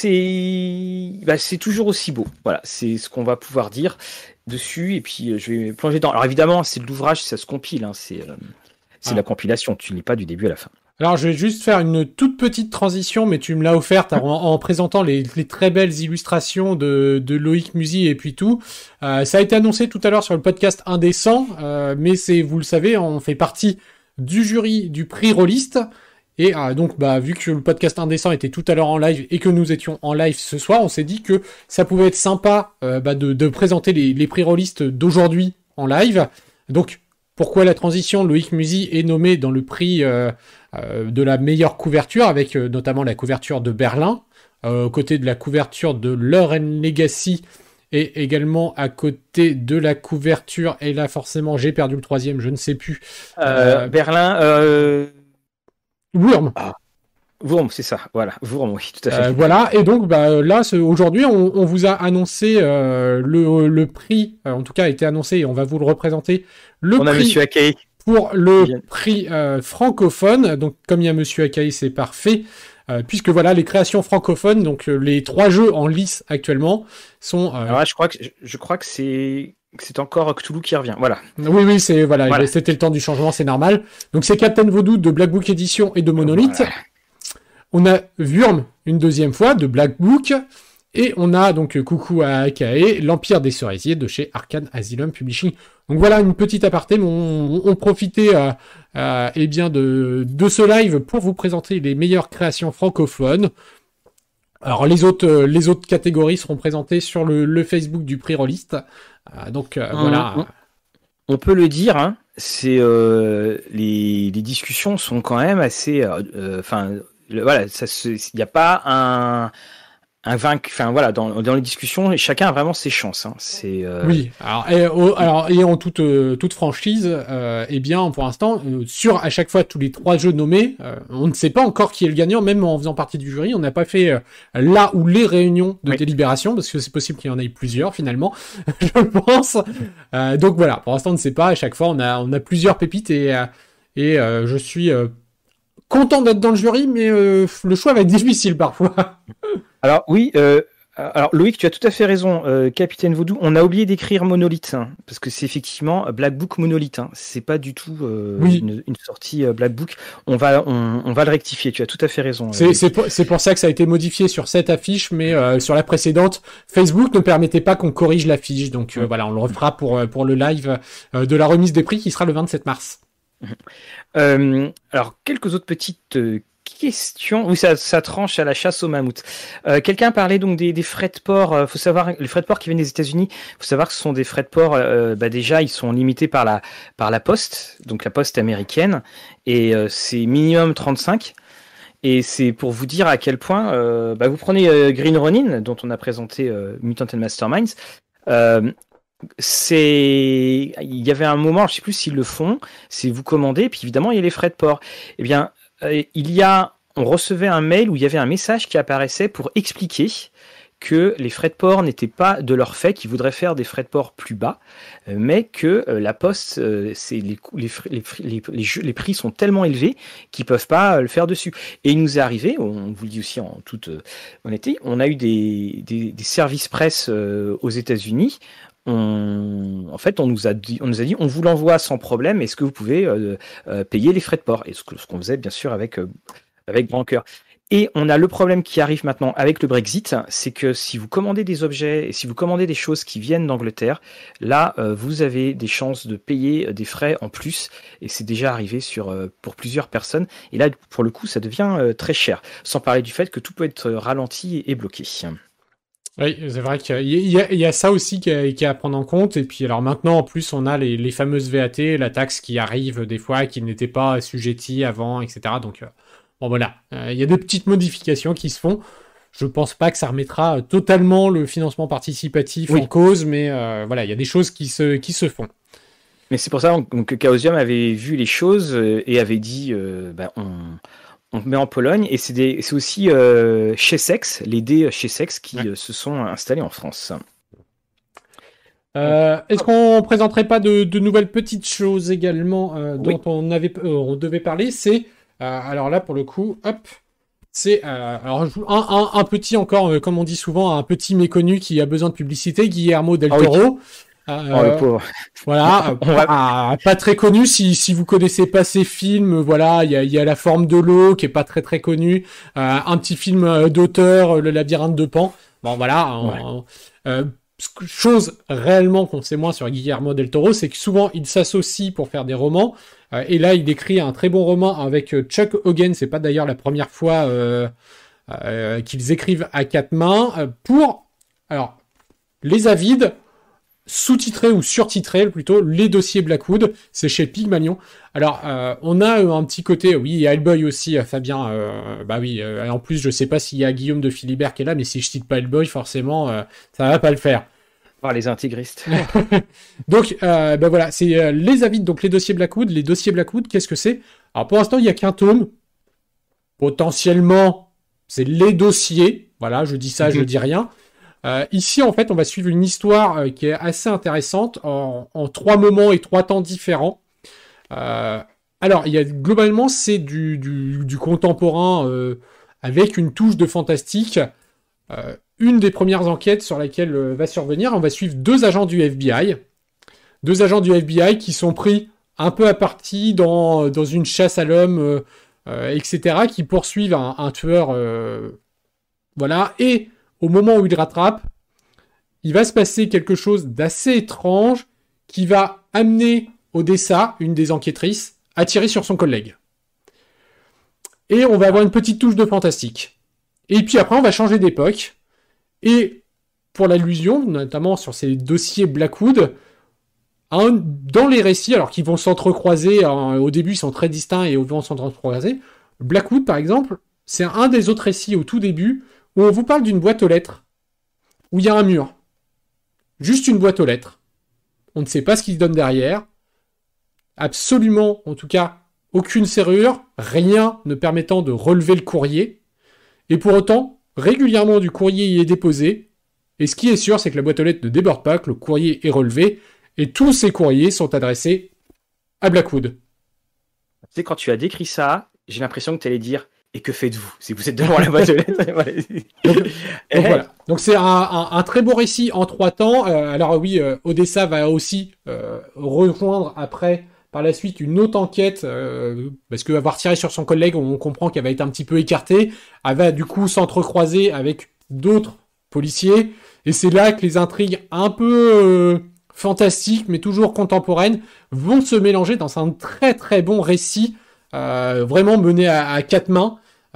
c'est bah, c'est toujours aussi beau. Voilà c'est ce qu'on va pouvoir dire dessus et puis euh, je vais plonger dedans. Alors évidemment c'est de l'ouvrage, ça se compile, hein, c'est euh, c'est ah. la compilation, tu ne lis pas du début à la fin. Alors je vais juste faire une toute petite transition, mais tu me l'as offerte en, en présentant les, les très belles illustrations de, de Loïc Musy et puis tout. Euh, ça a été annoncé tout à l'heure sur le podcast Indécent, euh, mais c'est, vous le savez, on fait partie du jury du prix Rolliste. Et euh, donc, bah, vu que le podcast Indécent était tout à l'heure en live et que nous étions en live ce soir, on s'est dit que ça pouvait être sympa euh, bah, de, de présenter les, les prix-rollistes d'aujourd'hui en live. Donc, pourquoi la transition? Loïc Musy est nommé dans le prix euh, euh, de la meilleure couverture, avec euh, notamment la couverture de Berlin, euh, aux côtés de la couverture de Lore and Legacy, et également à côté de la couverture, et là forcément j'ai perdu le troisième, je ne sais plus. Euh, euh, Berlin... Euh... Wurm. Ah. Wurm, c'est ça, voilà, Wurm, oui, tout à fait. Euh, voilà, et donc bah, là, aujourd'hui, on, on vous a annoncé euh, le, le prix, euh, en tout cas a été annoncé, et on va vous le représenter, le on prix a Monsieur Akei. Pour le prix euh, francophone. Donc comme il y a Monsieur Akei, c'est parfait, euh, puisque voilà, les créations francophones, donc euh, les trois jeux en lice actuellement, sont... Euh... Alors là, je crois que, je crois que c'est... c'est encore Cthulhu qui revient, voilà. Oui, oui, c'est voilà, voilà. C'était le temps du changement, c'est normal. Donc c'est Captain Vaudou de Black Book Edition et de Monolith. Voilà. On a Wurm une deuxième fois de Black Book. Et on a donc Coucou à Akae, l'Empire des Cerisiers de chez Arcane Asylum Publishing. Donc voilà une petite aparté, mais on, on profitait euh, euh, eh bien de, de ce live pour vous présenter les meilleures créations francophones. Alors les autres, euh, les autres catégories seront présentées sur le, le Facebook du prix Rolliste. Euh, donc euh, on, voilà. On, on peut le dire, hein, c'est euh, les, les discussions sont quand même assez. Enfin, euh, voilà, il n'y a pas un. Un vainque, enfin voilà, dans, dans les discussions, chacun a vraiment ses chances. Hein. C'est euh... oui. Alors et, oh, alors, et en toute euh, toute franchise, euh, eh bien pour l'instant, euh, sur à chaque fois tous les trois jeux nommés, euh, on ne sait pas encore qui est le gagnant, même en faisant partie du jury. On n'a pas fait euh, là ou les réunions de oui. délibération, parce que c'est possible qu'il y en ait plusieurs finalement, je pense. Euh, donc voilà, pour l'instant on ne sait pas. À chaque fois, on a on a plusieurs pépites et euh, et euh, je suis euh, content d'être dans le jury, mais euh, le choix va être difficile parfois. Alors oui, euh, alors Loïc, tu as tout à fait raison, euh, Capitaine Vaudou. On a oublié d'écrire Monolith, hein, parce que c'est effectivement Black Book Monolith. Hein, c'est pas du tout euh, oui. une, une sortie euh, Black Book. On va, on, on va le rectifier. Tu as tout à fait raison. C'est, c'est, pour, c'est pour ça que ça a été modifié sur cette affiche, mais euh, sur la précédente, Facebook ne permettait pas qu'on corrige l'affiche. Donc euh, voilà, on le refera pour pour le live euh, de la remise des prix qui sera le vingt-sept mars. Euh, alors quelques autres petites euh, question. Oui, ça, ça tranche à la chasse au mammouth. Euh, quelqu'un parlait donc des, des frais de port. Euh, faut savoir, les frais de port qui viennent des États-Unis. Faut savoir que ce sont des frais de port. Euh, bah déjà, ils sont limités par la par la poste, donc la poste américaine, et euh, c'est minimum trente-cinq. Et c'est pour vous dire à quel point. Euh, bah vous prenez euh, Green Ronin, dont on a présenté euh, Mutant and Masterminds. Euh, c'est, il y avait un moment, je sais plus s'ils le font. C'est vous commandez, puis évidemment il y a les frais de port. Eh bien. Il y a, on recevait un mail où il y avait un message qui apparaissait pour expliquer que les frais de port n'étaient pas de leur fait, qu'ils voudraient faire des frais de port plus bas, mais que la Poste, c'est les, les, les, les, les, les prix sont tellement élevés qu'ils peuvent pas le faire dessus. Et il nous est arrivé, on vous le dit aussi en toute honnêteté, on a eu des, des, des services presse aux États-Unis. On, en fait, on nous a dit, on nous a dit, on vous l'envoie sans problème. Est-ce que vous pouvez euh, euh, payer les frais de port? Et ce, que, ce qu'on faisait bien sûr avec euh, avec grand cœur. Et on a le problème qui arrive maintenant avec le Brexit, c'est que si vous commandez des objets et si vous commandez des choses qui viennent d'Angleterre, là, euh, vous avez des chances de payer des frais en plus. Et c'est déjà arrivé sur euh, pour plusieurs personnes. Et là, pour le coup, ça devient euh, très cher. Sans parler du fait que tout peut être ralenti et bloqué. Oui, c'est vrai qu'il y a, il y a, il y a ça aussi qui est à prendre en compte. Et puis alors maintenant, en plus, on a les, les fameuses V A T, la taxe qui arrive des fois, qui n'était pas assujettie avant, et cetera. Donc, euh, bon voilà, euh, il y a des petites modifications qui se font. Je pense pas que ça remettra totalement le financement participatif oui. en cause, mais euh, voilà, il y a des choses qui se, qui se font. Mais c'est pour ça que Chaosium avait vu les choses et avait dit, euh, bah, on... on met en Pologne, et c'est, des, c'est aussi euh, chez Sex, les dés chez Sex qui ouais. euh, se sont installés en France. Euh, est-ce qu'on présenterait pas de, de nouvelles petites choses également euh, dont oui. on, avait, euh, on devait parler? C'est, euh, alors là pour le coup, hop, c'est euh, alors un, un, un petit encore, euh, comme on dit souvent, un petit méconnu qui a besoin de publicité, Guillermo del Toro. Oh, oui. Euh, oh, le pauvre. Voilà, va... pas, pas très connu si si vous connaissez pas ces films. Voilà, il y a il y a La Forme de l'eau qui est pas très très connu, euh, un petit film d'auteur, Le Labyrinthe de Pan. Bon voilà, ouais. on, euh, chose réellement qu'on sait moins sur Guillermo del Toro, c'est que souvent il s'associe pour faire des romans. Euh, et là, il écrit un très bon roman avec Chuck Hogan. C'est pas d'ailleurs la première fois euh, euh, qu'ils écrivent à quatre mains euh, pour, alors, Les Avides, sous-titré ou surtitré plutôt, les dossiers Blackwood, c'est chez Pygmalion. Alors, euh, on a euh, un petit côté, oui, il y a Hellboy aussi, euh, Fabien, euh, bah oui, euh, en plus, je sais pas s'il y a Guillaume de Philibert qui est là, mais si je cite pas Hellboy, forcément, euh, ça va pas le faire. Oh, les intégristes. Donc, euh, ben voilà, c'est euh, les avis, donc les dossiers Blackwood. Les dossiers Blackwood, qu'est-ce que c'est? Alors, pour l'instant, il n'y a qu'un tome. Potentiellement, c'est les dossiers. Voilà, je dis ça, mm-hmm. je dis rien. Euh, ici, en fait, on va suivre une histoire euh, qui est assez intéressante en, en trois moments et trois temps différents. Euh, alors, il y a globalement, c'est du, du, du contemporain euh, avec une touche de fantastique. Euh, une des premières enquêtes sur laquelle euh, va survenir, on va suivre deux agents du F B I. Deux agents du F B I qui sont pris un peu à partie dans, dans une chasse à l'homme, euh, euh, et cetera, qui poursuivent un, un tueur. Euh, voilà. Et au moment où ils rattrapent, il va se passer quelque chose d'assez étrange qui va amener Odessa, une des enquêtrices, à tirer sur son collègue. Et on va avoir une petite touche de fantastique. Et puis après, on va changer d'époque. Et pour l'allusion, notamment sur ces dossiers Blackwood, hein, dans les récits, alors qu'ils vont s'entrecroiser, hein, au début ils sont très distincts et au vont s'entrecroiser, Blackwood par exemple, c'est un des autres récits au tout début où on vous parle d'une boîte aux lettres, où il y a un mur. Juste une boîte aux lettres. On ne sait pas ce qu'il donne derrière. Absolument, en tout cas, aucune serrure, rien ne permettant de relever le courrier. Et pour autant, régulièrement du courrier y est déposé, et ce qui est sûr, c'est que la boîte aux lettres ne déborde pas, que le courrier est relevé, et tous ces courriers sont adressés à Blackwood. Tu sais, quand tu as décrit ça, j'ai l'impression que tu allais dire « Et que faites-vous si vous êtes devant la boîte aux lettres ?» donc, donc voilà. Donc c'est un, un, un très beau récit en trois temps. Euh, alors oui, euh, Odessa va aussi euh, rejoindre après... Par la suite, une autre enquête, euh, parce qu'avoir tiré sur son collègue, on comprend qu'elle va être un petit peu écartée. Elle va du coup s'entrecroiser avec d'autres policiers. Et c'est là que les intrigues un peu euh, fantastiques, mais toujours contemporaines, vont se mélanger dans un très très bon récit, euh, vraiment mené à, à quatre mains,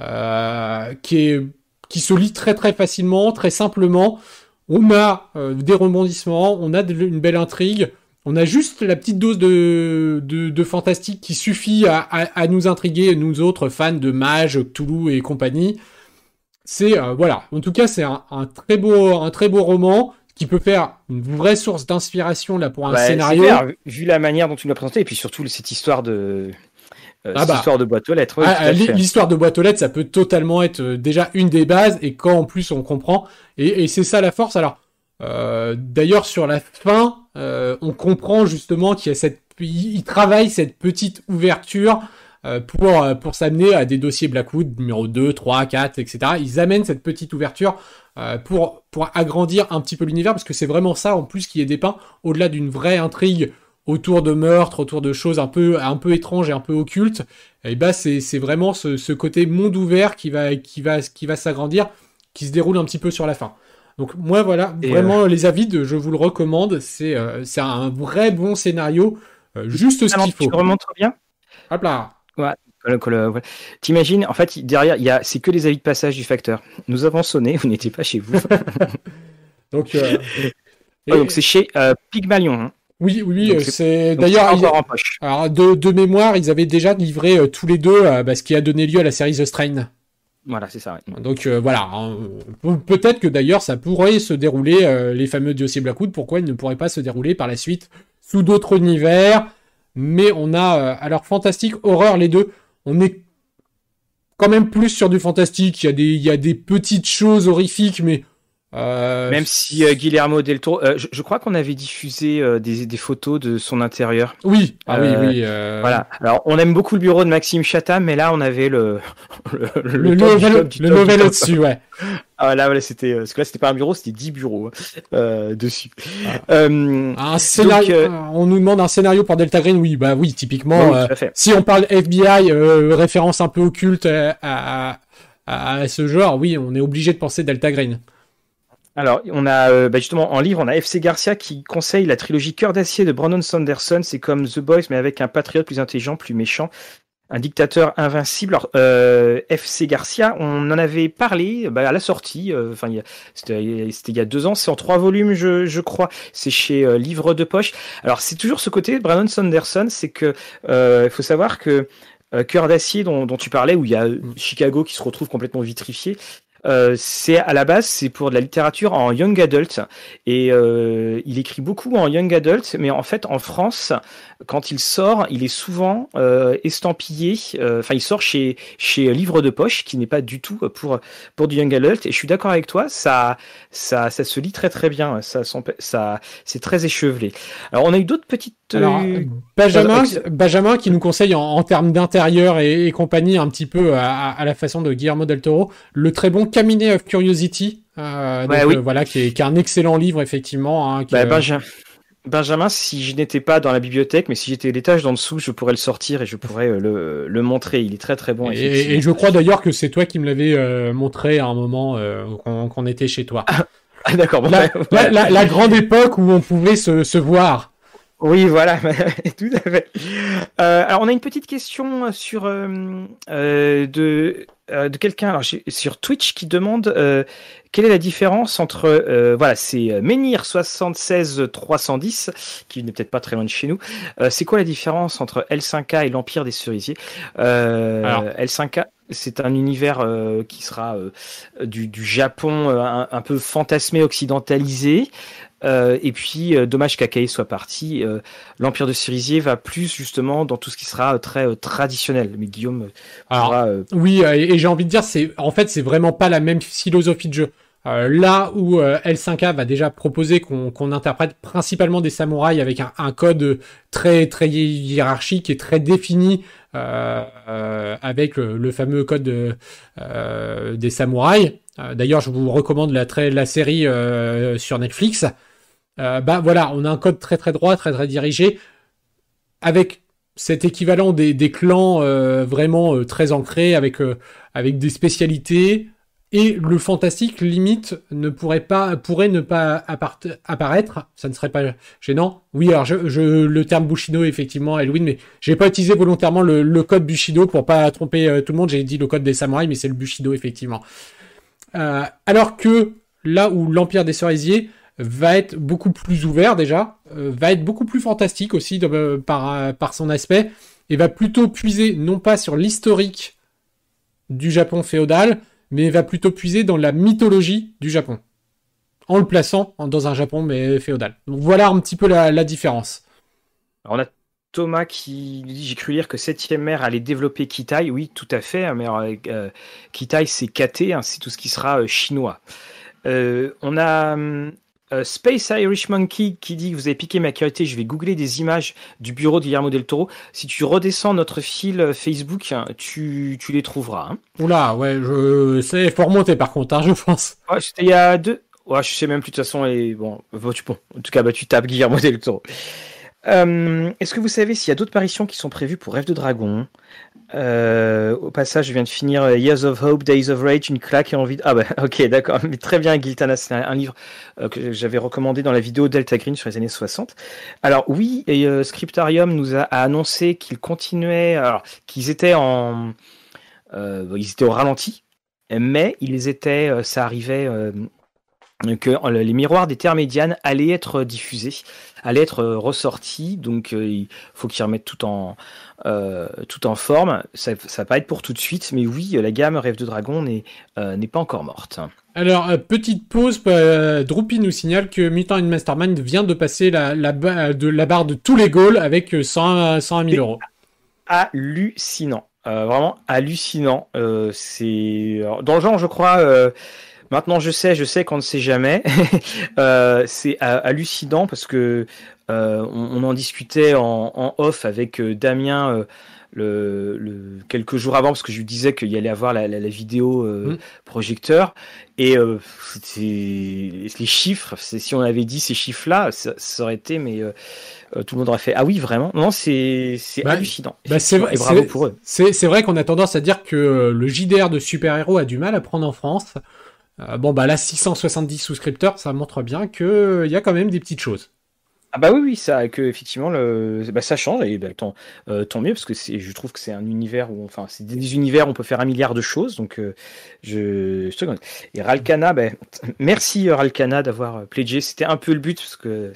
euh, qui, est, qui se lit très très facilement, très simplement. On a euh, des rebondissements, on a de, une belle intrigue. On a juste la petite dose de, de, de fantastique qui suffit à, à, à nous intriguer, nous autres fans de Mage, Cthulhu et compagnie. C'est, euh, voilà. En tout cas, c'est un, un très beau, un très beau roman qui peut faire une vraie source d'inspiration, là, pour un ouais, scénario. C'est clair, vu la manière dont tu l'as présenté, et puis surtout cette histoire de, euh, ah cette bah, histoire de boîte aux lettres. Ouais, ah, l'histoire de boîte aux lettres, ça peut totalement être euh, déjà une des bases, et quand en plus on comprend, et, et c'est ça la force. Alors, Euh, d'ailleurs, sur la fin, euh, on comprend justement qu'il y a cette, il travaille cette petite ouverture euh, pour pour s'amener à des dossiers Blackwood numéro deux, trois, quatre, et cetera. Ils amènent cette petite ouverture euh, pour pour agrandir un petit peu l'univers, parce que c'est vraiment ça en plus qui est dépeint, au-delà d'une vraie intrigue autour de meurtres, autour de choses un peu un peu étranges et un peu occultes. Et ben c'est c'est vraiment ce, ce côté monde ouvert qui va qui va qui va s'agrandir, qui se déroule un petit peu sur la fin. Donc moi voilà, et vraiment euh... les Avides, je vous le recommande, c'est euh, c'est un vrai bon scénario, euh, juste ce qu'il faut. Tu remontes bien. Hop là. Ouais. Ouais. T'imagines, en fait derrière il y a c'est que les avis de passage du facteur. Nous avons sonné, vous n'étiez pas chez vous. donc euh... et... oh, donc c'est chez euh, Pygmalion. Hein. Oui, oui, donc, c'est, c'est... d'ailleurs c'est il... en poche. Alors de, de mémoire, ils avaient déjà livré euh, tous les deux euh, bah, ce qui a donné lieu à la série The Strain. Voilà, c'est ça. Ouais. Donc euh, voilà, hein. Peut-être que d'ailleurs ça pourrait se dérouler, euh, les fameux dossiers Blackwood, pourquoi ils ne pourraient pas se dérouler par la suite sous d'autres univers, mais on a, euh, alors fantastique, horreur, les deux, on est quand même plus sur du fantastique, il y a des, il y a des petites choses horrifiques, mais... Euh... Même si euh, Guillermo del Toro, euh, je, je crois qu'on avait diffusé euh, des, des photos de son intérieur. Oui, ah euh, oui, oui. Euh... Voilà. Alors, on aime beaucoup le bureau de Maxime Chatham, mais là, on avait le le, le, le level, le level au-dessus, ouais. Ah là, voilà, c'était parce que là, c'était pas un bureau, c'était dix bureaux euh, dessus. Ah. Euh, un scénario. Donc, euh... On nous demande un scénario pour Delta Green, oui, bah oui, typiquement. Oui, euh, si on parle F B I, euh, référence un peu occulte à, à, à, à ce genre, oui, on est obligé de penser Delta Green. Alors, on a euh, bah, justement en livre, on a F C Garcia qui conseille la trilogie Cœur d'acier de Brandon Sanderson. C'est comme The Boys, mais avec un patriote plus intelligent, plus méchant, un dictateur invincible. Alors, euh, F C Garcia, on en avait parlé bah, à la sortie. Enfin, euh, c'était, c'était il y a deux ans. C'est en trois volumes, je, je crois. C'est chez euh, Livre de Poche. Alors, c'est toujours ce côté de Brandon Sanderson, c'est que euh, il faut savoir que euh, Cœur d'acier, dont, dont tu parlais, où il y a Chicago qui se retrouve complètement vitrifié. Euh, c'est à la base, c'est pour de la littérature en young adult et euh, il écrit beaucoup en young adult, mais en fait en France, quand il sort, il est souvent euh, estampillé. Enfin, euh, il sort chez chez Livre de Poche, qui n'est pas du tout pour pour du young adult. Et je suis d'accord avec toi, ça ça ça se lit très très bien. Ça ça c'est très échevelé. Alors on a eu d'autres petites. Alors, Benjamin, Benjamin qui nous conseille en, en termes d'intérieur et, et compagnie un petit peu à, à la façon de Guillermo del Toro, le très bon Cabinet of Curiosity, euh, ouais, donc, oui. euh, voilà, qui est, qui est un excellent livre effectivement. Hein, qui, bah, euh... Benjamin, Benjamin, si je n'étais pas dans la bibliothèque, mais si j'étais l'étage d'en dessous, je pourrais le sortir et je pourrais euh, le, le montrer. Il est très très bon. Et, et je crois d'ailleurs que c'est toi qui me l'avais euh, montré à un moment euh, qu'on, qu'on était chez toi. Ah d'accord. Bon, la, ouais, la, ouais. La, la grande époque où on pouvait se, se voir. Oui, voilà, tout à fait. Euh, alors, on a une petite question sur euh, euh, de euh, de quelqu'un alors, sur Twitch qui demande euh, quelle est la différence entre euh, voilà, c'est Menhir soixante-seize trois cent dix qui n'est peut-être pas très loin de chez nous. Euh, c'est quoi la différence entre L cinq K et l'Empire des Cerisiers? euh, alors. L cinq K, c'est un univers euh, qui sera euh, du, du Japon euh, un, un peu fantasmé, occidentalisé. Euh, et puis, euh, dommage qu'Akae soit parti. Euh, L'Empire de Cerisier va plus justement dans tout ce qui sera euh, très euh, traditionnel. Mais Guillaume pourra. Alors, euh... Oui, et, et j'ai envie de dire, c'est en fait, c'est vraiment pas la même philosophie de jeu. Euh, là où euh, L cinq K va déjà proposer qu'on, qu'on interprète principalement des samouraïs avec un, un code très très hiérarchique et très défini, euh, euh, avec le, le fameux code de, euh, des samouraïs. Euh, d'ailleurs, je vous recommande la, très, la série euh, sur Netflix. Euh, bah voilà, on a un code très très droit, très très dirigé, avec cet équivalent des, des clans euh, vraiment euh, très ancrés, avec euh, avec des spécialités. Et le fantastique, limite, ne pourrait pas, pourrait ne pas appart- apparaître. Ça ne serait pas gênant. Oui, alors je, je, le terme Bushido, effectivement, Elwin, mais j'ai pas utilisé volontairement le, le code Bushido pour pas tromper euh, tout le monde. J'ai dit le code des samouraïs, mais c'est le Bushido, effectivement. Euh, alors que là où l'Empire des Cerisiers va être beaucoup plus ouvert déjà, euh, va être beaucoup plus fantastique aussi de, euh, par, euh, par son aspect, et va plutôt puiser non pas sur l'historique du Japon féodal, mais va plutôt puiser dans la mythologie du Japon, en le plaçant dans un Japon mais féodal. Donc voilà un petit peu la, la différence. Alors on a Thomas qui nous dit, j'ai cru lire que Septième Mer allait développer Kitai. Oui, tout à fait, mais euh, Kitai c'est K T, hein, c'est tout ce qui sera euh, chinois. Euh, on a euh, Space Irish Monkey qui dit que vous avez piqué ma curiosité, je vais googler des images du bureau de Guillermo del Toro. Si tu redescends notre fil Facebook, tu, tu les trouveras. Hein. Oula, ouais, je... c'est faut remonter par contre, hein, je pense. Ouais, c'était il y a deux... Ouais, je sais même plus de toute façon. Et bon, bon, en tout cas, bah, tu tapes Guillermo del Toro. Euh, est-ce que vous savez s'il y a d'autres parutions qui sont prévues pour Rêve de Dragon? euh, Au passage, je viens de finir Years of Hope, Days of Rage, une claque et envie de... Ah bah ok, d'accord, mais très bien, Giltana, c'est un, un livre euh, que j'avais recommandé dans la vidéo Delta Green sur les années soixante. Alors oui, et, euh, Scriptarium nous a, a annoncé qu'ils continuaient, alors qu'ils étaient en... Euh, ils étaient au ralenti, mais ils étaient, euh, ça arrivait... Euh, que les miroirs des terres médianes allaient être diffusés, allaient être ressortis, donc euh, il faut qu'ils remettent tout en, euh, tout en forme. Ça, ça va pas être pour tout de suite, mais oui, la gamme Rêve de Dragon n'est, euh, n'est pas encore morte. Alors, euh, petite pause, euh, Droopy nous signale que Mutant and Mastermind vient de passer la, la, de, la barre de tous les goals avec cent, cent un mille euros. Hallucinant, euh, vraiment hallucinant. Euh, c'est... Alors, dans le genre, je crois... Euh... Maintenant, je sais, je sais qu'on ne sait jamais. euh, c'est hallucinant parce que euh, on, on en discutait en, en off avec euh, Damien euh, le, le, quelques jours avant parce que je lui disais qu'il y allait avoir la, la, la vidéo euh, mmh. projecteur et euh, c'était les chiffres. C'est, si on avait dit ces chiffres-là, ça, ça aurait été mais euh, tout le monde aurait fait ah oui vraiment. Non, c'est c'est bah, hallucinant. Bah c'est vrai, et bravo c'est, pour eux. C'est, c'est vrai qu'on a tendance à dire que le J D R de super-héros a du mal à prendre en France. Euh, bon, bah là, six cent soixante-dix souscripteurs, ça montre bien qu'il y a quand même des petites choses. Ah bah oui, oui, ça, que effectivement, le, bah, ça change et bah, tant, euh, tant mieux parce que c'est, je trouve que c'est un univers où, enfin, c'est des univers où on peut faire un milliard de choses. Donc, euh, je, je te connais. Et Ralkana, bah, merci euh, Ralkana d'avoir euh, pledgé. C'était un peu le but parce que,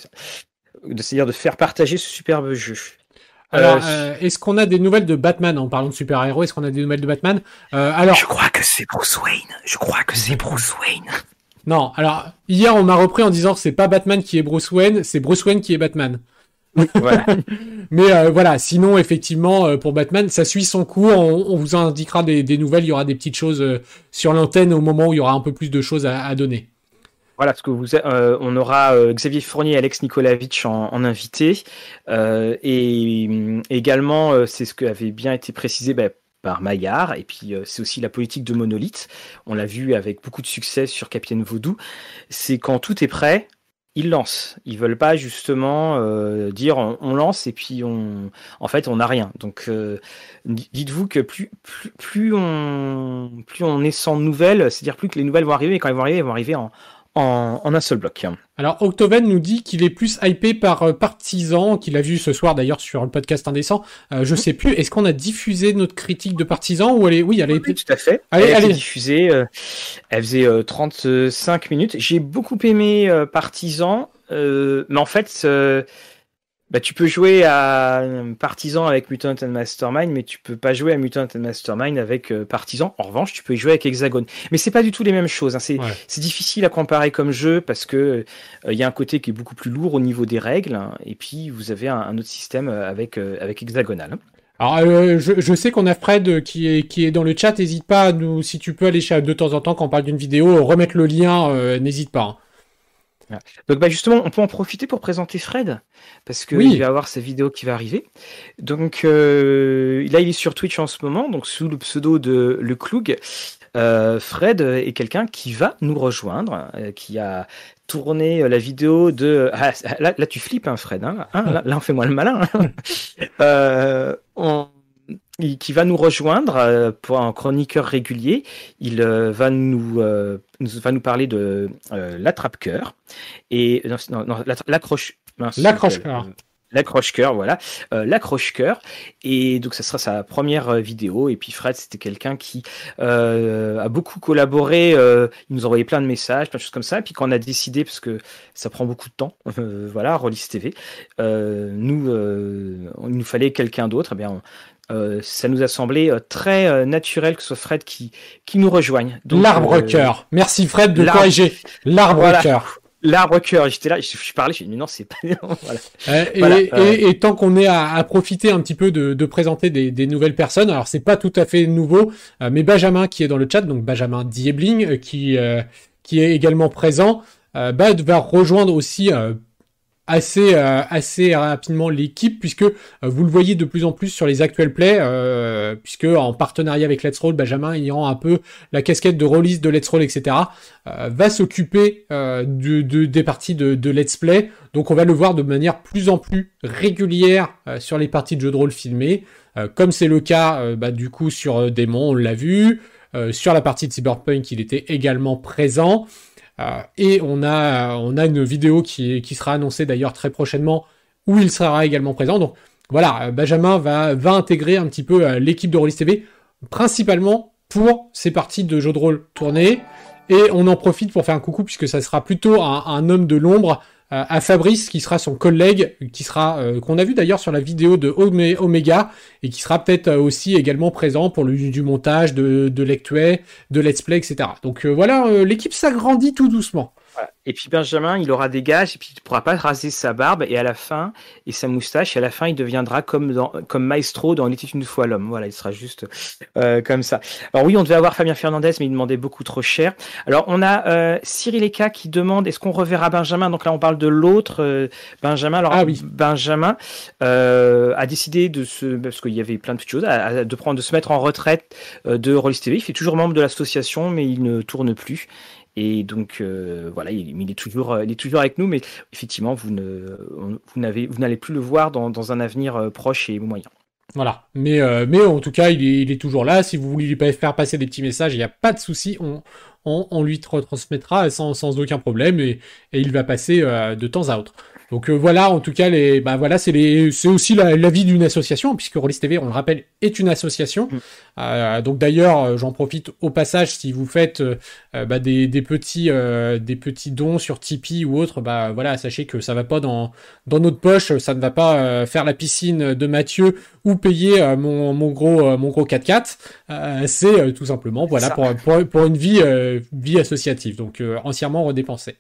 de, c'est-à-dire de faire partager ce superbe jeu. Alors, Euh, euh, est-ce qu'on a des nouvelles de Batman en parlant de super-héros? Est-ce qu'on a des nouvelles de Batman? euh, Alors, je crois que c'est Bruce Wayne. Je crois que c'est Bruce Wayne. non. Alors, hier, on m'a repris en disant que c'est pas Batman qui est Bruce Wayne, c'est Bruce Wayne qui est Batman. Voilà. Mais euh, voilà, sinon, effectivement, euh, pour Batman, ça suit son cours. On, on vous indiquera des, des nouvelles. Il y aura des petites choses euh, sur l'antenne au moment où il y aura un peu plus de choses à, à donner. Voilà, parce que vous, euh, on aura euh, Xavier Fournier et Alex Nikolavitch en, en invité. Euh, et euh, également, euh, c'est ce qui avait bien été précisé bah, par Maillard. Et puis, euh, c'est aussi la politique de Monolith. On l'a vu avec beaucoup de succès sur Capitaine Vaudou. C'est quand tout est prêt, ils lancent. Ils veulent pas justement euh, dire on, on lance et puis on, en fait, on n'a rien. Donc, euh, dites-vous que plus, plus, plus on, plus on est sans nouvelles, c'est-à-dire plus que les nouvelles vont arriver. Et quand elles vont arriver, elles vont arriver en En, en un seul bloc. Alors, Octoven nous dit qu'il est plus hypé par euh, Partisan, qu'il a vu ce soir d'ailleurs sur le podcast Indécent. Euh, je sais plus, est-ce qu'on a diffusé notre critique de Partisan ou elle est... Oui, elle a Oui, été... tout à fait. Allez, elle a allez. été diffusée. Euh, elle faisait euh, trente-cinq minutes. J'ai beaucoup aimé euh, Partisan, euh, mais en fait, euh, bah, tu peux jouer à euh, Partisan avec Mutant and Mastermind, mais tu peux pas jouer à Mutant and Mastermind avec euh, Partisan. En revanche, tu peux y jouer avec Hexagone. Mais c'est pas du tout les mêmes choses. Hein. C'est, Ouais. c'est difficile à comparer comme jeu parce que il euh, y a un côté qui est beaucoup plus lourd au niveau des règles, hein, et puis vous avez un, un autre système avec euh, avec Hexagonal. Hein. Alors, euh, je, je sais qu'on a Fred qui est, qui est dans le chat. N'hésite pas à nous, si tu peux aller chez, de temps en temps quand on parle d'une vidéo, remettre le lien, euh, n'hésite pas. Hein. Donc bah justement, on peut en profiter pour présenter Fred, parce qu'il Oui. va avoir sa vidéo qui va arriver. Donc euh, là, il est sur Twitch en ce moment, donc sous le pseudo de Le Cloug. Euh, Fred est quelqu'un qui va nous rejoindre, euh, qui a tourné la vidéo de... Ah, là, là, tu flippes, hein, Fred. Hein, hein, là, là, on fait moi le malin. Hein. euh, on... qui va nous rejoindre euh, pour un chroniqueur régulier. Il euh, va nous, euh, nous va nous parler de euh, l'attrape-cœur et non, non, non l'accroche L'accroche-cœur. Euh, l'accroche-cœur, voilà, euh, l'accroche-cœur. Et donc ça sera sa première vidéo. Et puis Fred, c'était quelqu'un qui euh, a beaucoup collaboré. Euh, il nous envoyait plein de messages, plein de choses comme ça. Et puis quand on a décidé, parce que ça prend beaucoup de temps, euh, voilà, Rollis T V, euh, nous, euh, il nous fallait quelqu'un d'autre. Eh bien, on, Euh, ça nous a semblé euh, très euh, naturel que ce soit Fred qui, qui nous rejoigne. L'arbre-cœur. Euh... Merci Fred de l'arbre... corriger. L'arbre-cœur. Voilà. L'arbre-cœur. J'étais là, je, je parlais, je dit non, c'est pas. voilà. Euh, voilà, et, euh... et, et tant qu'on est à, à profiter un petit peu de, de présenter des, des nouvelles personnes, alors c'est pas tout à fait nouveau, euh, mais Benjamin qui est dans le chat, donc Benjamin Diebling, euh, qui, euh, qui est également présent, euh, bah, va rejoindre aussi euh, assez euh, assez rapidement l'équipe, puisque euh, vous le voyez de plus en plus sur les actuels plays, euh, puisque en partenariat avec Let's Roll, Benjamin ayant un peu la casquette de release de Let's Roll, et cetera, euh, va s'occuper euh, de, de, des parties de, de Let's Play. Donc on va le voir de manière plus en plus régulière euh, sur les parties de jeux de rôle filmées, euh, comme c'est le cas euh, bah, du coup sur euh, Démon, on l'a vu, euh, sur la partie de Cyberpunk, il était également présent. Euh, et on a, on a une vidéo qui, qui sera annoncée d'ailleurs très prochainement où il sera également présent. Donc voilà, Benjamin va, va intégrer un petit peu euh, l'équipe de Rollis T V, principalement pour ces parties de jeux de rôle tournées. Et on en profite pour faire un coucou puisque ça sera plutôt un, un homme de l'ombre euh, à Fabrice qui sera son collègue, qui sera euh, qu'on a vu d'ailleurs sur la vidéo de Omega et qui sera peut-être aussi également présent pour le du montage de, de Lectway, de Let's Play, et cetera. Donc euh, voilà, euh, l'équipe s'agrandit tout doucement. Voilà. Et puis Benjamin, il aura des gages et puis il ne pourra pas raser sa barbe et à la fin et sa moustache et à la fin il deviendra comme dans, comme Maestro dans Il était une fois l'homme. Voilà, il sera juste euh, comme ça. Alors oui, on devait avoir Fabien Fernandez mais il demandait beaucoup trop cher. Alors on a euh, Cyril Eka qui demande est-ce qu'on reverra Benjamin. Donc là on parle de l'autre euh, Benjamin. Alors ah, oui. Benjamin euh, a décidé de se parce qu'il y avait plein de petites choses à, de prendre de se mettre en retraite euh, de Rollis T V. Il fait toujours membre de l'association mais il ne tourne plus. Et donc euh, voilà, il, il est toujours, il est toujours avec nous, mais effectivement, vous ne, vous n'avez, vous n'allez plus le voir dans, dans un avenir euh, proche et moyen. Voilà, mais euh, mais en tout cas, il est, il est toujours là. Si vous voulez lui faire passer des petits messages, il n'y a pas de souci, on on, on lui retransmettra sans, sans aucun problème et, et il va passer euh, de temps à autre. Donc euh, voilà, en tout cas, les, bah voilà, c'est les, c'est aussi la, la vie d'une association, puisque Rollis T V, on le rappelle, est une association. Mm. Euh, donc d'ailleurs, euh, j'en profite au passage, si vous faites euh, bah, des, des petits, euh, des petits dons sur Tipeee ou autre, bah voilà, sachez que ça va pas dans dans notre poche, ça ne va pas euh, faire la piscine de Mathieu ou payer euh, mon mon gros euh, mon gros quatre-quatre. Euh, c'est euh, tout simplement voilà pour, pour pour une vie euh, vie associative, donc euh, entièrement redépensée.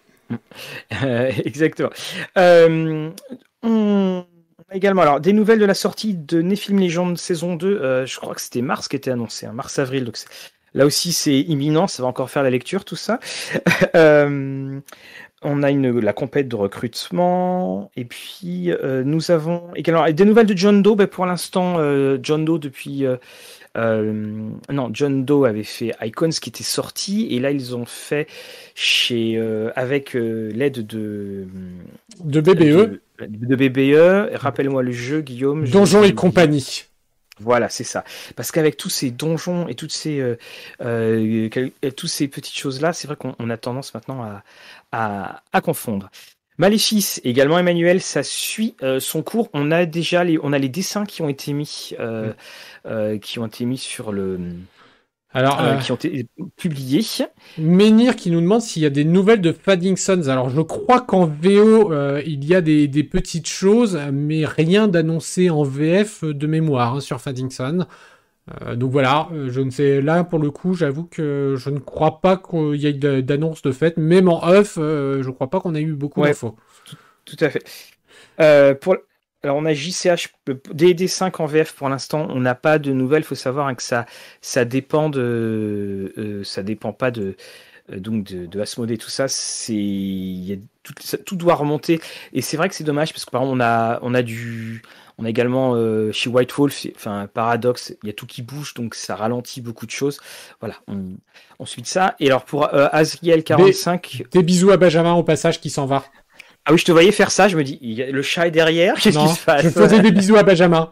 Euh, exactement. Euh, on a également alors, des nouvelles de la sortie de Nephilim Legends saison deux. Euh, je crois que c'était mars qui était annoncé, hein, mars-avril. Donc là aussi, c'est imminent. Ça va encore faire la lecture, tout ça. euh, on a une, la compète de recrutement. Et puis, euh, nous avons également des nouvelles de John Doe. Ben, pour l'instant, euh, John Doe, depuis... Euh, Euh, non, John Doe avait fait Icons qui était sorti et là ils ont fait chez euh, avec euh, l'aide de de B B E de, de B B E. Rappelle-moi le jeu, Guillaume. Donjons et compagnie. Voilà, c'est ça. Parce qu'avec tous ces donjons et toutes ces euh, euh, toutes ces petites choses là, c'est vrai qu'on on a tendance maintenant à, à, à confondre. Maléfice, également Emmanuel, ça suit euh, son cours. On a déjà les, on a les dessins qui ont été mis, euh, euh, qui ont été mis sur le, alors, euh, euh, qui ont été publiés. Menhir qui nous demande s'il y a des nouvelles de Fading Sons. Alors, je crois qu'en V O euh, il y a des, des petites choses, mais rien d'annoncé en V F de mémoire hein, sur Fading Sons. Euh, donc voilà, euh, je ne sais, là pour le coup, j'avoue que je ne crois pas qu'il y ait d'annonce de fait, même en off, euh, je ne crois pas qu'on ait eu beaucoup ouais, d'infos. Tout, tout à fait. Euh, pour, alors on a J C H, D D cinq en V F pour l'instant, on n'a pas de nouvelles, il faut savoir hein, que ça, ça dépend de, euh, ça dépend pas de, euh, donc de, de Asmodée, tout ça, c'est, y a tout, ça, tout doit remonter, et c'est vrai que c'est dommage parce que par exemple on a, on a du... On a également euh, chez White Wolf, enfin Paradox, il y a tout qui bouge, donc ça ralentit beaucoup de choses. Voilà, on, on suit de ça. Et alors pour euh, Azriel quarante-cinq... Des, des bisous à Benjamin au passage qui s'en va. Ah oui, je te voyais faire ça, je me dis, il y a le chat est derrière, qu'est-ce qui se passe? Je faisais des bisous à Benjamin.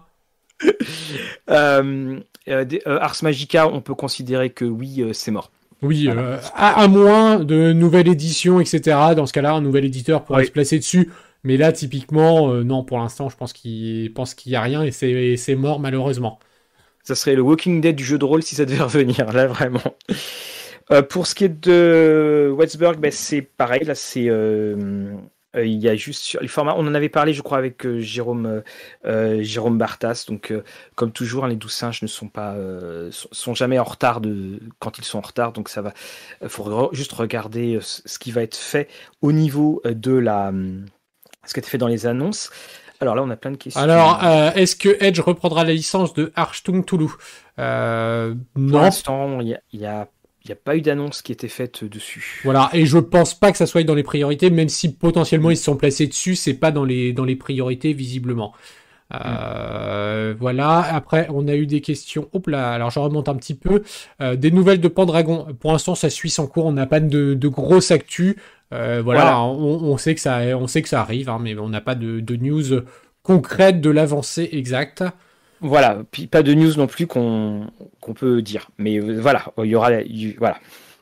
euh, euh, euh, Ars Magica, on peut considérer que oui, euh, c'est mort. Oui, voilà. euh, à, à moins de nouvelles éditions, et cetera. Dans ce cas-là, un nouvel éditeur pourrait oui. se placer dessus. Mais là, typiquement, euh, non, pour l'instant, je pense qu'il pense qu'il y a rien et c'est, et c'est mort, malheureusement. Ça serait le Walking Dead du jeu de rôle si ça devait revenir, là, vraiment. Euh, pour ce qui est de Westberg, ben, c'est pareil, là, c'est... Euh, euh, il y a juste sur les formats, on en avait parlé, je crois, avec euh, Jérôme, euh, Jérôme Bartas. Donc, euh, comme toujours, hein, les douze singes ne sont pas, euh, sont, sont jamais en retard de quand ils sont en retard. Donc, ça va. Il faut re- juste regarder ce qui va être fait au niveau de la... ce qui a été fait dans les annonces. Alors là, on a plein de questions. Alors, euh, est-ce que Edge reprendra la licence de Archtung Toulouse euh, Non. Pour l'instant, il n'y a, a, a pas eu d'annonce qui était faite dessus. Voilà, et je pense pas que ça soit dans les priorités, même si potentiellement ils se sont placés dessus, c'est pas dans les, dans les priorités, visiblement. Euh, mmh. Voilà, après on a eu des questions, hop là, alors je remonte un petit peu, euh, des nouvelles de Pendragon, pour l'instant ça suit son cours, on n'a pas de, de grosses actus, euh, voilà, voilà. On, on, sait que ça, on sait que ça arrive, hein, mais on n'a pas de, de news concrète de l'avancée exacte. Voilà, puis pas de news non plus qu'on, qu'on peut dire, mais voilà, il y aura, il, voilà.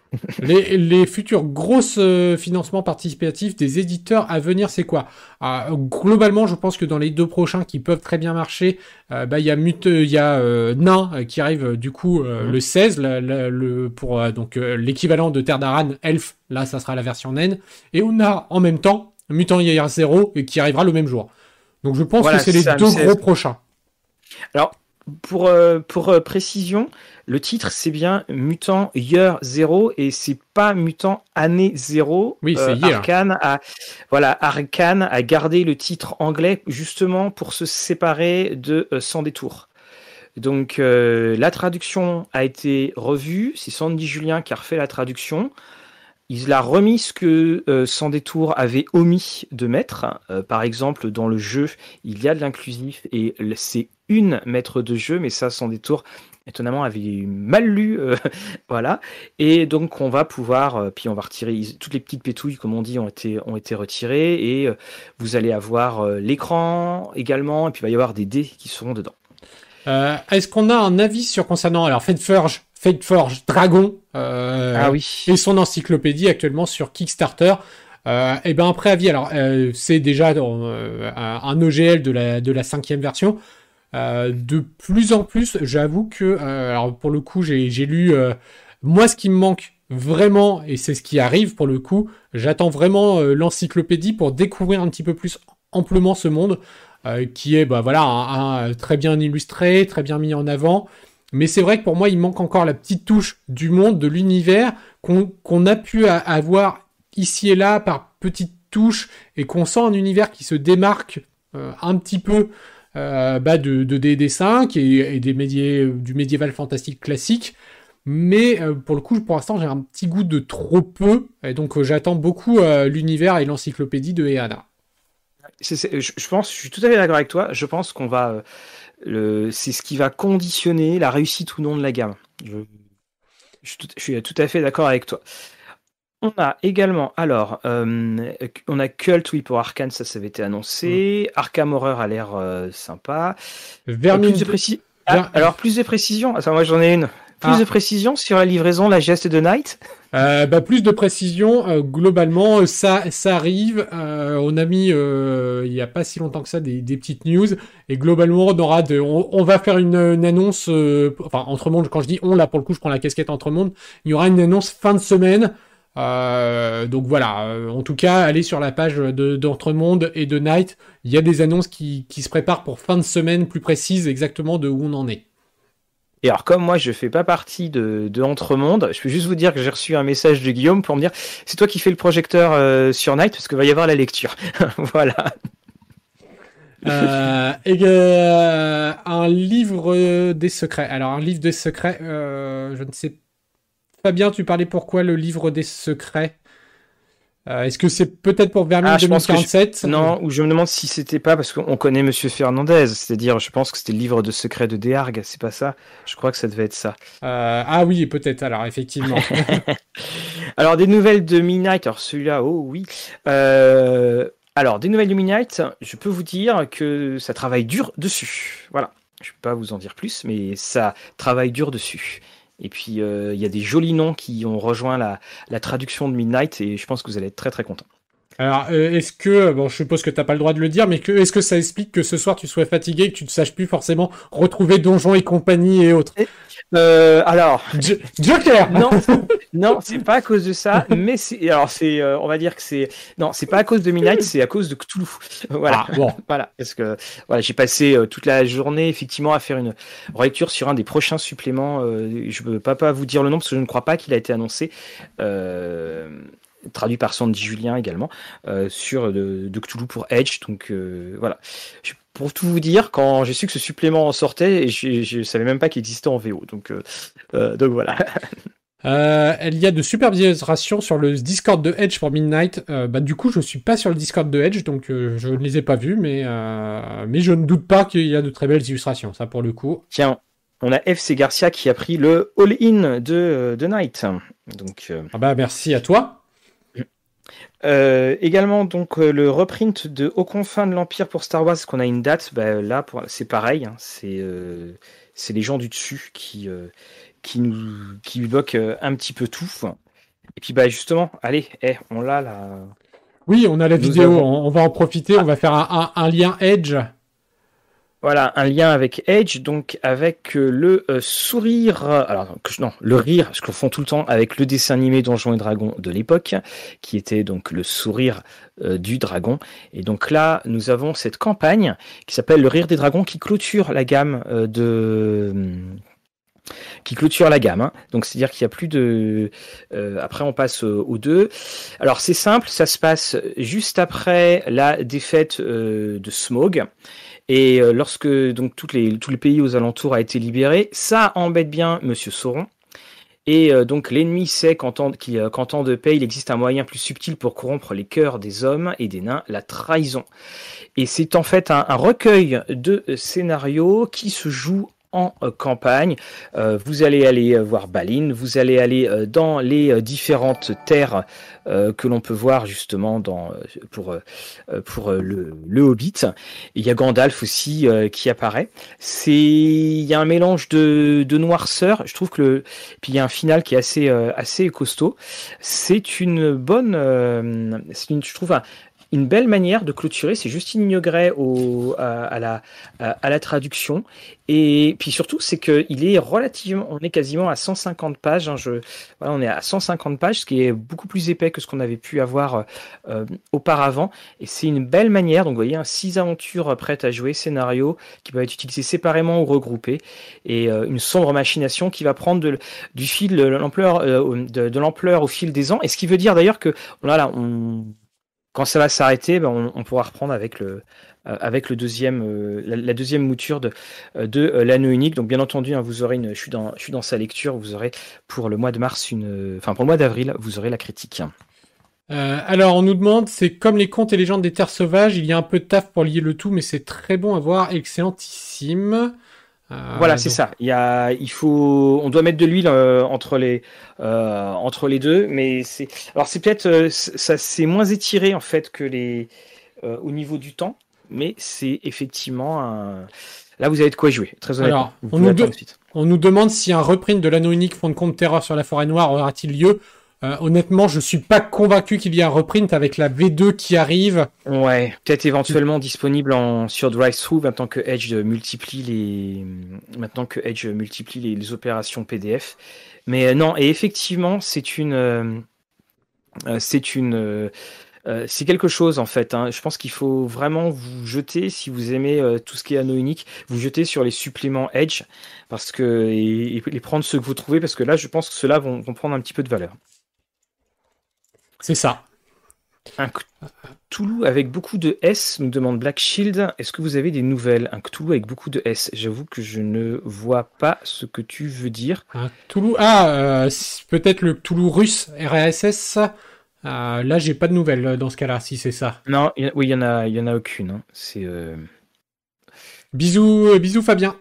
les, les futurs grosses euh, financements participatifs des éditeurs à venir, c'est quoi? euh, Globalement, je pense que dans les deux prochains qui peuvent très bien marcher, euh, bah il y a Mute, il y a euh, Nain euh, qui arrive euh, du coup euh, mmh. le seize, la, la, le pour euh, donc euh, l'équivalent de Terre d'Aran, Elf. Là, ça sera la version naine. Et on a en même temps Mutant Year Zero qui arrivera le même jour. Donc je pense voilà, que c'est les deux gros prochains. Alors. Pour, euh, pour euh, précision, le titre c'est bien Mutant Year Zero et c'est pas Mutant Année Zéro. Oui, c'est euh, Arkane a voilà, Arkane a gardé le titre anglais justement pour se séparer de euh, Sans Détour. Donc euh, la traduction a été revue, c'est Sandy Julien qui a refait la traduction. Il a remis ce que euh, Sans Détour avait omis de mettre. Euh, par exemple, dans le jeu, il y a de l'inclusif et c'est une maître de jeu, mais ça, Sans Détour, étonnamment, avait mal lu. Euh, voilà. Et donc, on va pouvoir, euh, puis on va retirer, toutes les petites pétouilles, comme on dit, ont été, ont été retirées. Et euh, vous allez avoir euh, l'écran également, et puis il va y avoir des dés qui seront dedans. Euh, est-ce qu'on a un avis sur concernant alors Fate Forge, Fate Forge Dragon euh, ah oui. et son encyclopédie actuellement sur Kickstarter. Euh, et ben un préavis, alors euh, c'est déjà euh, un O G L de la de la cinquième version. Euh, de plus en plus, j'avoue que, euh, alors pour le coup, j'ai, j'ai lu, euh, moi ce qui me manque vraiment, et c'est ce qui arrive pour le coup, j'attends vraiment euh, l'encyclopédie pour découvrir un petit peu plus amplement ce monde, euh, qui est bah voilà un, un, très bien illustré, très bien mis en avant. Mais c'est vrai que pour moi, il manque encore la petite touche du monde, de l'univers qu'on, qu'on a pu a, avoir ici et là par petites touches, et qu'on sent un univers qui se démarque euh, un petit peu. Euh, bah de, de D and D cinq et, et des médié, du médiéval fantastique classique, mais euh, pour le coup pour l'instant j'ai un petit goût de trop peu, et donc euh, j'attends beaucoup euh, l'univers et l'encyclopédie de Eana. C'est, c'est, je, je pense, je suis tout à fait d'accord avec toi, je pense qu'on va euh, le, c'est ce qui va conditionner la réussite ou non de la gamme. Je, je, suis, tout, je suis tout à fait d'accord avec toi. On a également, alors, euh, on a Cult, oui, pour Arcane, ça, ça avait été annoncé. Mmh. Arkham Horror a l'air euh, sympa. Vermine plus de précision. Ah, alors, plus de précision. Attends, moi, j'en ai une. Plus ah. de précision sur la livraison, la geste de Night. Euh, bah, plus de précision, euh, globalement, ça, ça arrive. Euh, on a mis, euh, il y a pas si longtemps que ça, des, des petites news. Et globalement, on aura de, on, on va faire une, une annonce, euh, enfin, Entremonde, quand je dis on, là, pour le coup, je prends la casquette Entremonde. Il y aura une annonce fin de semaine. Euh, donc voilà, euh, en tout cas, allez sur la page de, d'Entremonde et de Night, il y a des annonces qui, qui se préparent pour fin de semaine plus précises exactement de où on en est. Et alors comme moi je fais pas partie de, de Entremonde, je peux juste vous dire que j'ai reçu un message de Guillaume pour me dire c'est toi qui fais le projecteur euh, sur Night parce qu'il va y avoir la lecture. Voilà. Euh, et euh, un livre des secrets. Alors un livre des secrets, euh, je ne sais pas. Fabien, tu parlais pourquoi le livre des secrets euh, Est-ce que c'est peut-être pour Vermine ah, deux mille quarante-sept je... Non, ou je me demande si c'était pas parce qu'on connaît Monsieur Fernandez, c'est-à-dire je pense que c'était le livre de secrets de Déargue, c'est pas ça? Je crois que ça devait être ça. Euh, ah oui, peut-être alors, effectivement. Alors des nouvelles de Midnight, alors celui-là, oh oui. Euh... Alors des nouvelles de Midnight, je peux vous dire que ça travaille dur dessus. Voilà, je peux pas vous en dire plus, mais ça travaille dur dessus. Et puis, il euh, y a des jolis noms qui ont rejoint la, la traduction de Midnight et je pense que vous allez être très très content. Alors, euh, est-ce que, bon, je suppose que t'as pas le droit de le dire, mais que, est-ce que ça explique que ce soir tu sois fatigué et que tu ne saches plus forcément retrouver Donjons et compagnie et autres? euh, Alors, J- Joker. Non, non, c'est pas à cause de ça, mais c'est, alors c'est, euh, on va dire que c'est, non, c'est pas à cause de Midnight, c'est à cause de Cthulhu. Voilà, ah, bon. Voilà, parce que voilà, j'ai passé euh, toute la journée effectivement à faire une relecture sur un des prochains suppléments. Euh, je peux pas, pas vous dire le nom parce que je ne crois pas qu'il a été annoncé. Euh... traduit par Sandy Julien également, euh, sur de, de Cthulhu pour Edge. Donc euh, voilà. Je, pour tout vous dire, quand j'ai su que ce supplément sortait, je ne savais même pas qu'il existait en V O. Donc, euh, euh, donc voilà. Euh, il y a de superbes illustrations sur le Discord de Edge pour Midnight. Euh, bah, du coup, je suis pas sur le Discord de Edge, donc euh, je ne les ai pas vus, mais, euh, mais je ne doute pas qu'il y a de très belles illustrations, ça pour le coup. Tiens, on a F C Garcia qui a pris le all-in de, de Night. Donc, euh... ah bah merci à toi. Euh, également donc euh, le reprint de Aux confins de l'Empire pour Star Wars, qu'on a une date, bah, là pour, c'est pareil, hein, c'est, euh, c'est les gens du dessus qui, euh, qui nous qui bloquent euh, un petit peu tout. Et puis bah justement, allez, hey, on l'a là. Oui, on a la nous vidéo, avons... on, on va en profiter, ah. on va faire un, un, un lien Edge. Voilà, un lien avec Edge, donc avec euh, le euh, sourire, euh, alors non, le rire, je confonds tout le temps avec le dessin animé Donjons et Dragons de l'époque, qui était donc le sourire euh, du dragon. Et donc là, nous avons cette campagne qui s'appelle Le Rire des Dragons, qui clôture la gamme euh, de... qui clôture la gamme, hein. Donc c'est-à-dire qu'il y a plus de... Euh, après on passe euh, aux deux. Alors c'est simple, ça se passe juste après la défaite euh, de Smaug. Et euh, lorsque donc toutes les, tout le pays aux alentours a été libéré, ça embête bien Monsieur Sauron. Et euh, donc l'ennemi sait qu'en temps, euh, qu'en temps de paix, il existe un moyen plus subtil pour corrompre les cœurs des hommes et des nains, la trahison. Et c'est en fait un, un recueil de scénarios qui se joue en euh, campagne. Euh, vous allez aller euh, voir Balin, vous allez aller euh, dans les euh, différentes terres euh, que l'on peut voir justement dans, euh, pour, euh, pour euh, le, le Hobbit. Il y a Gandalf aussi euh, qui apparaît. C'est, il y a un mélange de, de noirceur. Je trouve que le, puis il y a un final qui est assez, euh, assez costaud. C'est une bonne, euh, c'est une, je trouve un, une belle manière de clôturer. C'est Justine Niogret au, à, à, la, à, à la traduction. Et puis surtout, c'est qu'il est relativement, on est quasiment à cent cinquante pages. Hein, je, voilà, on est à cent cinquante pages, ce qui est beaucoup plus épais que ce qu'on avait pu avoir euh, auparavant. Et c'est une belle manière. Donc, vous voyez, un six aventures prêtes à jouer, scénario qui peut être utilisé séparément ou regroupé, et euh, une sombre machination qui va prendre de, du fil de l'ampleur, euh, de, de l'ampleur au fil des ans. Et ce qui veut dire d'ailleurs que là, on quand ça va s'arrêter, ben on, on pourra reprendre avec le, euh, avec le deuxième, euh, la, la deuxième mouture de, de euh, l'anneau unique. Donc bien entendu, hein, vous aurez une, je suis dans, je suis dans sa lecture. Vous aurez pour le mois de mars une, enfin pour le mois d'avril, vous aurez la critique. Euh, alors on nous demande, c'est comme les contes et légendes des terres sauvages, il y a un peu de taf pour lier le tout, mais c'est très bon à voir, excellentissime. Euh, voilà, c'est donc... ça. Il y a, il faut, on doit mettre de l'huile euh, entre les, euh, entre les deux, mais c'est, alors c'est peut-être, euh, ça, c'est moins étiré en fait que les, euh, au niveau du temps, mais c'est effectivement un. Là, vous avez de quoi jouer. Très honnêtement. Alors, on nous, de... on nous demande si un reprint de l'anneau unique fond de compte terreur sur la forêt noire aura-t-il lieu. Euh, honnêtement, je suis pas convaincu qu'il y ait un reprint avec la V deux qui arrive. Ouais, peut-être éventuellement disponible en sur Drive-Thru maintenant que Edge multiplie les maintenant que Edge multiplie les, les opérations P D F. Mais euh, non, et effectivement, c'est une euh, c'est une euh, c'est quelque chose en fait. Hein. Je pense qu'il faut vraiment vous jeter, si vous aimez euh, tout ce qui est anneau unique, vous jeter sur les suppléments Edge parce que et, et les prendre ceux que vous trouvez parce que là, je pense que ceux-là vont, vont prendre un petit peu de valeur. C'est ça. Un Cthulhu avec beaucoup de S, nous demande Black Shield. Est-ce que vous avez des nouvelles? Un Cthulhu avec beaucoup de S. J'avoue que je ne vois pas ce que tu veux dire. Un Cthulhu... Ah, euh, peut-être le Cthulhu russe, R A S S. Euh, là, j'ai pas de nouvelles dans ce cas-là, si c'est ça. Non, y a... oui, il y en a, il y en a aucune. Hein. C'est. Euh... Bisous, euh, bisous Fabien.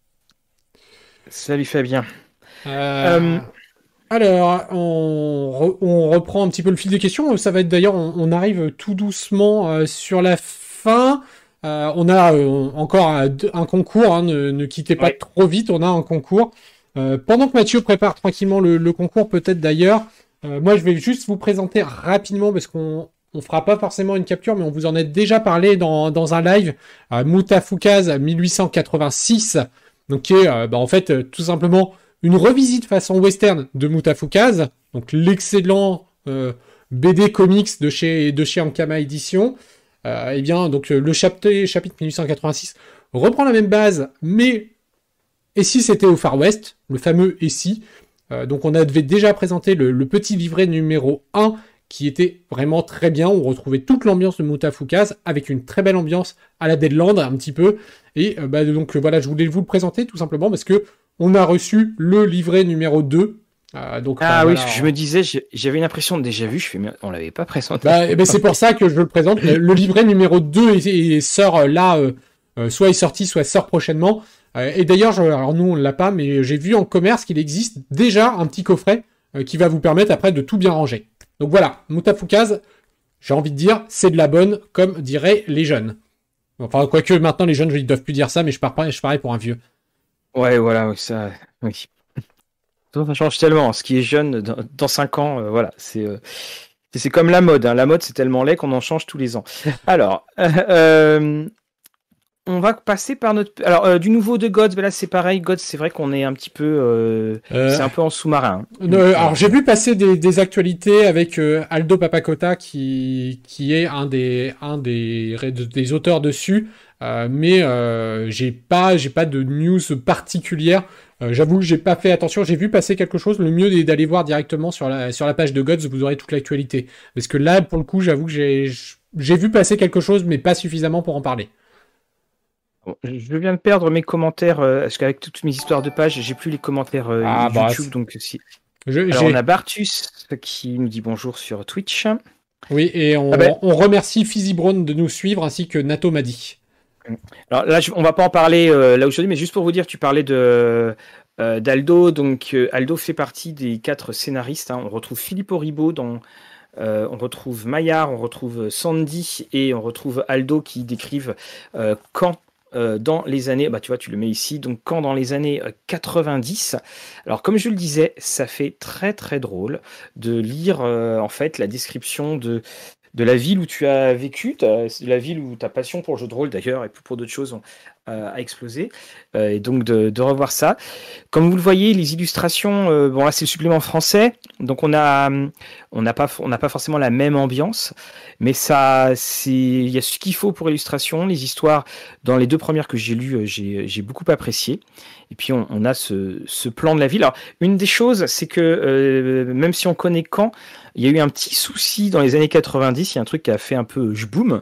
Salut Fabien. Euh... Euh... Alors, on, re, on reprend un petit peu le fil des questions. Ça va être d'ailleurs, on, on arrive tout doucement euh, sur la fin. Euh, on a euh, encore un, un concours. Hein, ne, ne quittez pas ouais. trop vite. On a un concours. Euh, pendant que Mathieu prépare tranquillement le, le concours, peut-être d'ailleurs, euh, moi je vais juste vous présenter rapidement parce qu'on on fera pas forcément une capture, mais on vous en a déjà parlé dans, dans un live. Euh, Moutafoukaz mille huit cent quatre-vingt-six, donc qui est euh, bah, en fait euh, tout simplement une revisite façon western de Moutafoukaz, donc l'excellent euh, B D comics de chez, de chez Ankama Édition. Euh, et bien, donc le chapitre, chapitre mille huit cent quatre-vingt-six reprend la même base, mais et si c'était au Far West, le fameux et si. Euh, donc on avait déjà présenté le, le petit livret numéro un, qui était vraiment très bien. On retrouvait toute l'ambiance de Moutafoukaz, avec une très belle ambiance à la Deadland, un petit peu. Et euh, bah, donc voilà, je voulais vous le présenter tout simplement parce que on a reçu le livret numéro deux. Euh, donc, ah bah, oui, voilà, je me disais, j'avais une impression de déjà vu, je fais, mais on l'avait pas présenté. Bah, eh ben, c'est pour ça que je le présente. Le, le livret numéro deux est, est, sort là, euh, euh, soit est sorti, soit sort prochainement. Euh, et d'ailleurs, je, alors nous on l'a pas, mais j'ai vu en commerce qu'il existe déjà un petit coffret euh, qui va vous permettre après de tout bien ranger. Donc voilà, Moutafoukaz, j'ai envie de dire, c'est de la bonne, comme diraient les jeunes. Enfin, quoique maintenant les jeunes, ils doivent plus dire ça, mais je pars pas, je parie pour un vieux. Ouais, voilà, oui, ça, oui. Ça change tellement. Ce qui est jeune, dans, dans cinq ans, euh, voilà, c'est, euh, c'est comme la mode. Hein. La mode, c'est tellement laid qu'on en change tous les ans. Alors, euh, euh, on va passer par notre. Alors, euh, du nouveau de Gods, ben là, c'est pareil. Gods, c'est vrai qu'on est un petit peu, euh, euh... c'est un peu en sous-marin. Hein. Euh, alors, j'ai vu passer des, des actualités avec euh, Aldo Papakota, qui qui est un des un des des auteurs dessus. Euh, mais euh, j'ai pas j'ai pas de news particulière. Euh, j'avoue que j'ai pas fait attention. J'ai vu passer quelque chose. Le mieux est d'aller voir directement sur la sur la page de Gods. Vous aurez toute l'actualité. Parce que là, pour le coup, j'avoue que j'ai j'ai vu passer quelque chose, mais pas suffisamment pour en parler. Bon, je viens de perdre mes commentaires euh, parce qu'avec toutes mes histoires de pages, j'ai plus les commentaires euh, ah, YouTube. Bah, donc si. Je, Alors on a Bartus qui nous dit bonjour sur Twitch. Oui, et on, ah ben... on remercie Fizzy Brown de nous suivre ainsi que Nato Madi. Alors là, je, on va pas en parler euh, là aujourd'hui, mais juste pour vous dire, tu parlais de euh, d'Aldo. Donc euh, Aldo fait partie des quatre scénaristes. Hein. On retrouve Philippe Oribo dans, euh, on retrouve Maillard, on retrouve Sandy et on retrouve Aldo qui décrivent euh, quand euh, dans les années, bah tu vois, tu le mets ici, donc quand dans les années euh, quatre-vingt-dix. Alors comme je le disais, ça fait très très drôle de lire euh, en fait la description de de la ville où tu as vécu, de la ville où ta passion pour le jeu de rôle d'ailleurs et pour d'autres choses ont, euh, a explosé, euh, et donc de, de revoir ça. Comme vous le voyez, les illustrations, euh, bon là c'est le supplément français, donc on a, on n'a pas, on n'a pas forcément la même ambiance, mais ça, c'est, il y a ce qu'il faut pour illustration. Les histoires dans les deux premières que j'ai lues, j'ai, j'ai beaucoup apprécié. Et puis on, on a ce, ce plan de la ville. Alors une des choses, c'est que euh, même si on connaît Caen, il y a eu un petit souci dans les années quatre-vingt-dix. Il y a un truc qui a fait un peu jboum.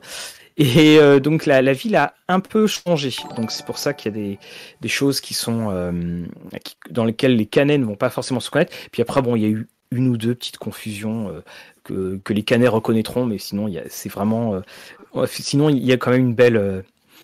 Et euh, donc la, la ville a un peu changé. Donc c'est pour ça qu'il y a des, des choses qui sont euh, qui, dans lesquelles les Canets ne vont pas forcément se connaître. Puis après, bon, il y a eu une ou deux petites confusions euh, que, que les Canets reconnaîtront, mais sinon, il y a, c'est vraiment. Euh, sinon, il y a quand même une belle. Euh,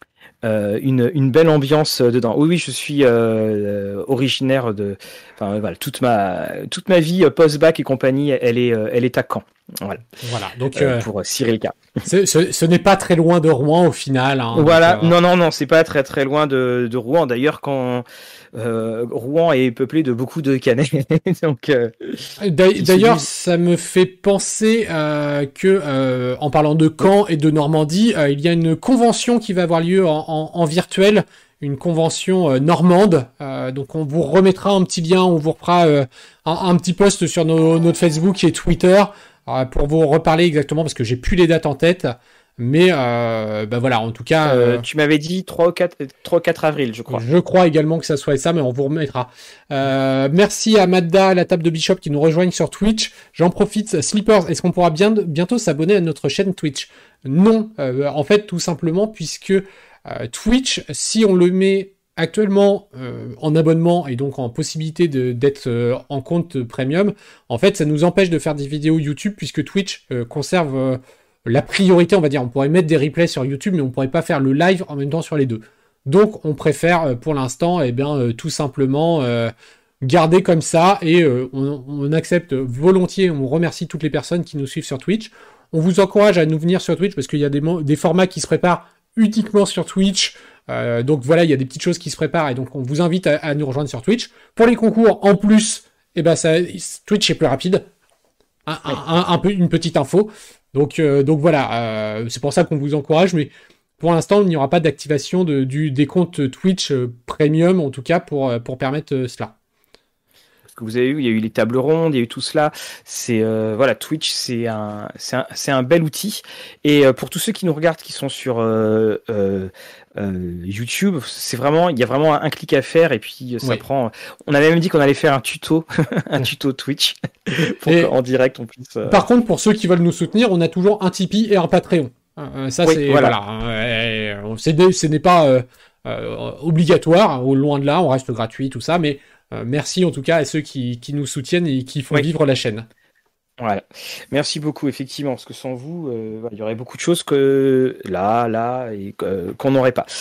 Euh, une, une belle ambiance dedans. Oui, oui, je suis euh, originaire de. Enfin, voilà, toute ma toute ma vie post-bac et compagnie, elle est elle est à Caen. Voilà. Voilà. Donc Euh, euh, pour Cyril K. ce, ce, ce n'est pas très loin de Rouen au final. Hein, Voilà. donc, euh... Non, non, non, c'est pas très très loin de, de Rouen. D'ailleurs, quand euh, Rouen est peuplé de beaucoup de Canets, donc. Euh, D'ailleurs, ça me fait penser euh, que, euh, en parlant de Caen et de Normandie, euh, il y a une convention qui va avoir lieu en, en, en virtuel, une convention euh, normande. Euh, donc, on vous remettra un petit lien, on vous refera euh, un, un petit post sur nos, notre Facebook et Twitter euh, pour vous reparler exactement, parce que j'ai plus les dates en tête. Mais euh, bah voilà, en tout cas... Euh, tu m'avais dit trois ou quatre avril, je crois. Je crois également que ça soit ça, mais on vous remettra. Euh, merci à Madda, à la table de Bishop, qui nous rejoignent sur Twitch. J'en profite. Sleepers, est-ce qu'on pourra bien, bientôt s'abonner à notre chaîne Twitch? Non, euh, en fait, tout simplement, puisque euh, Twitch, si on le met actuellement euh, en abonnement et donc en possibilité de, d'être euh, en compte premium, en fait, ça nous empêche de faire des vidéos YouTube, puisque Twitch euh, conserve... Euh, la priorité, on va dire. On pourrait mettre des replays sur YouTube, mais on pourrait pas faire le live en même temps sur les deux. Donc, on préfère, pour l'instant, eh bien, euh, tout simplement euh, garder comme ça, et euh, on, on accepte volontiers, on remercie toutes les personnes qui nous suivent sur Twitch. On vous encourage à nous venir sur Twitch, parce qu'il y a des, des formats qui se préparent uniquement sur Twitch. Euh, donc voilà, il y a des petites choses qui se préparent, et donc on vous invite à, à nous rejoindre sur Twitch. Pour les concours, en plus, eh ben, ça, Twitch est plus rapide. Un, un, un, un peu, une petite info. Donc, euh, donc voilà, euh, c'est pour ça qu'on vous encourage, mais pour l'instant, il n'y aura pas d'activation de, du, des comptes Twitch euh, Premium, en tout cas, pour, pour permettre euh, cela. Parce que vous avez vu, il y a eu les tables rondes, il y a eu tout cela. C'est euh, voilà, Twitch, c'est un, c'est un, c'est un bel outil. Et euh, pour tous ceux qui nous regardent, qui sont sur euh, euh, euh, YouTube, c'est vraiment, il y a vraiment un, un clic à faire, et puis ça oui. prend. On avait même dit qu'on allait faire un tuto, un tuto Twitch, pour qu'en direct on puisse. Euh... Par contre, pour ceux qui veulent nous soutenir, on a toujours un Tipeee et un Patreon. Euh, ça, oui, c'est voilà. voilà euh, c'est, ce n'est pas euh, euh, obligatoire, au loin de là, on reste gratuit, tout ça, mais euh, merci en tout cas à ceux qui, qui nous soutiennent et qui font oui. vivre la chaîne. Voilà. Merci beaucoup, effectivement, parce que sans vous, euh, il y aurait beaucoup de choses que là, là, et euh, qu'on n'aurait pas.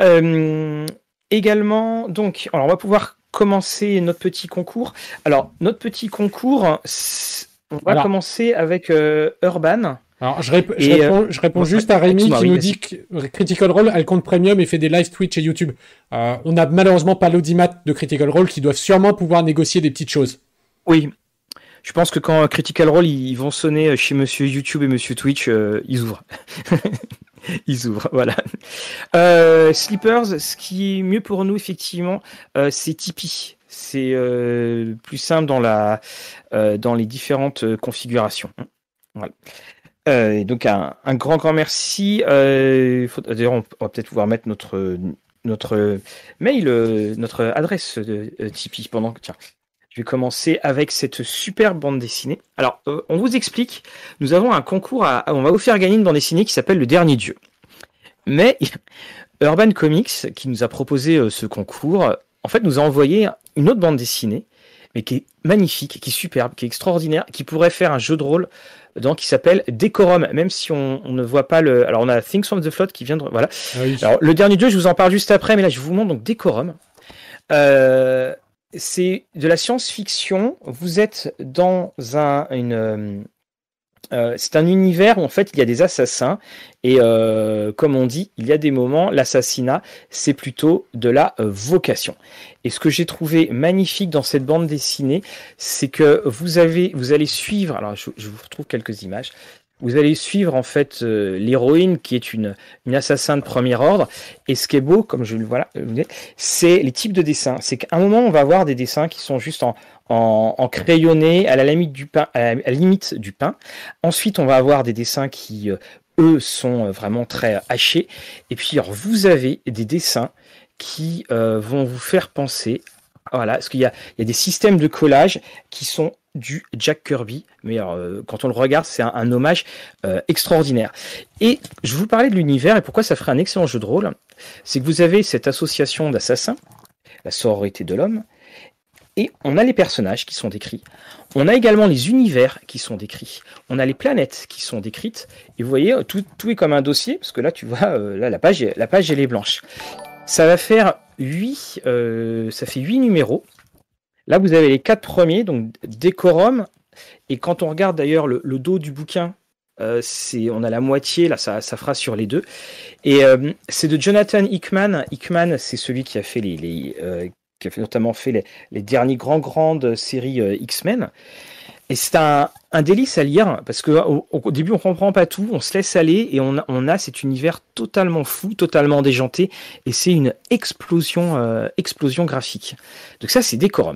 Euh, également, donc, alors on va pouvoir commencer notre petit concours. Alors, notre petit concours, on va alors, commencer avec euh, Urban. Alors, je, rép- je réponds, euh, je réponds juste à Rémi qui nous dit que Critical Role a le compte premium et fait des live Twitch et YouTube. Euh, on n'a malheureusement pas l'audimat de Critical Role qui doivent sûrement pouvoir négocier des petites choses. Oui. Je pense que quand Critical Role, ils vont sonner chez Monsieur YouTube et Monsieur Twitch, euh, ils ouvrent. Ils ouvrent, voilà. Euh, Sleepers, ce qui est mieux pour nous, effectivement, euh, c'est Tipeee. C'est euh, plus simple dans, la, euh, dans les différentes configurations. Voilà. Euh, et donc, un, un grand, grand merci. Euh, faut, d'ailleurs, on va peut-être pouvoir mettre notre, notre mail, notre adresse de Tipeee pendant que... Tiens. Je vais commencer avec cette superbe bande dessinée. Alors, euh, on vous explique, nous avons un concours, à, on va vous faire gagner une bande dessinée qui s'appelle Le Dernier Dieu. Mais Urban Comics, qui nous a proposé euh, ce concours, en fait, nous a envoyé une autre bande dessinée, mais qui est magnifique, qui est superbe, qui est extraordinaire, qui pourrait faire un jeu de rôle donc, qui s'appelle Decorum, même si on, on ne voit pas le... Alors, on a Things from the Flood qui vient de... Voilà. Ah oui. Alors, le dernier jeu, je vous en parle juste après, mais là, je vous montre donc Decorum. Euh, c'est de la science-fiction. Vous êtes dans un... une... Euh, c'est un univers où en fait il y a des assassins et euh, comme on dit, il y a des moments, l'assassinat c'est plutôt de la euh, vocation. Et ce que j'ai trouvé magnifique dans cette bande dessinée, c'est que vous avez, vous allez suivre. Alors je, je vous retrouve quelques images. Vous allez suivre en fait euh, l'héroïne qui est une, une assassin de premier ordre. Et ce qui est beau, comme je le voilà, c'est les types de dessins. C'est qu'à un moment on va avoir des dessins qui sont juste en En, en crayonné à la limite du pain, à la limite du pain. Ensuite, on va avoir des dessins qui, euh, eux, sont vraiment très hachés. Et puis, alors, vous avez des dessins qui euh, vont vous faire penser, voilà, parce qu'il y a, il y a des systèmes de collage qui sont du Jack Kirby, mais alors, euh, quand on le regarde, c'est un, un hommage euh, extraordinaire. Et je vous parlais de l'univers et pourquoi ça ferait un excellent jeu de rôle. C'est que vous avez cette association d'assassins, la sororité de l'homme. Et on a les personnages qui sont décrits. On a également les univers qui sont décrits. On a les planètes qui sont décrites. Et vous voyez, tout, tout est comme un dossier, parce que là, tu vois, euh, là, la page, la page, elle est blanche. Ça va faire huit, euh, ça fait huit numéros. Là, vous avez les quatre premiers, donc Decorum. Et quand on regarde d'ailleurs le, le dos du bouquin, euh, c'est, on a la moitié, là, ça, ça fera sur les deux. Et euh, c'est de Jonathan Hickman. Hickman, c'est celui qui a fait les... les euh, qui a notamment fait les, les dernières grandes, grandes séries euh, X-Men. Et c'est un, un délice à lire, parce qu'au au début, on ne comprend pas tout, on se laisse aller, et on a, on a cet univers totalement fou, totalement déjanté, et c'est une explosion, euh, explosion graphique. Donc ça, c'est Decorum.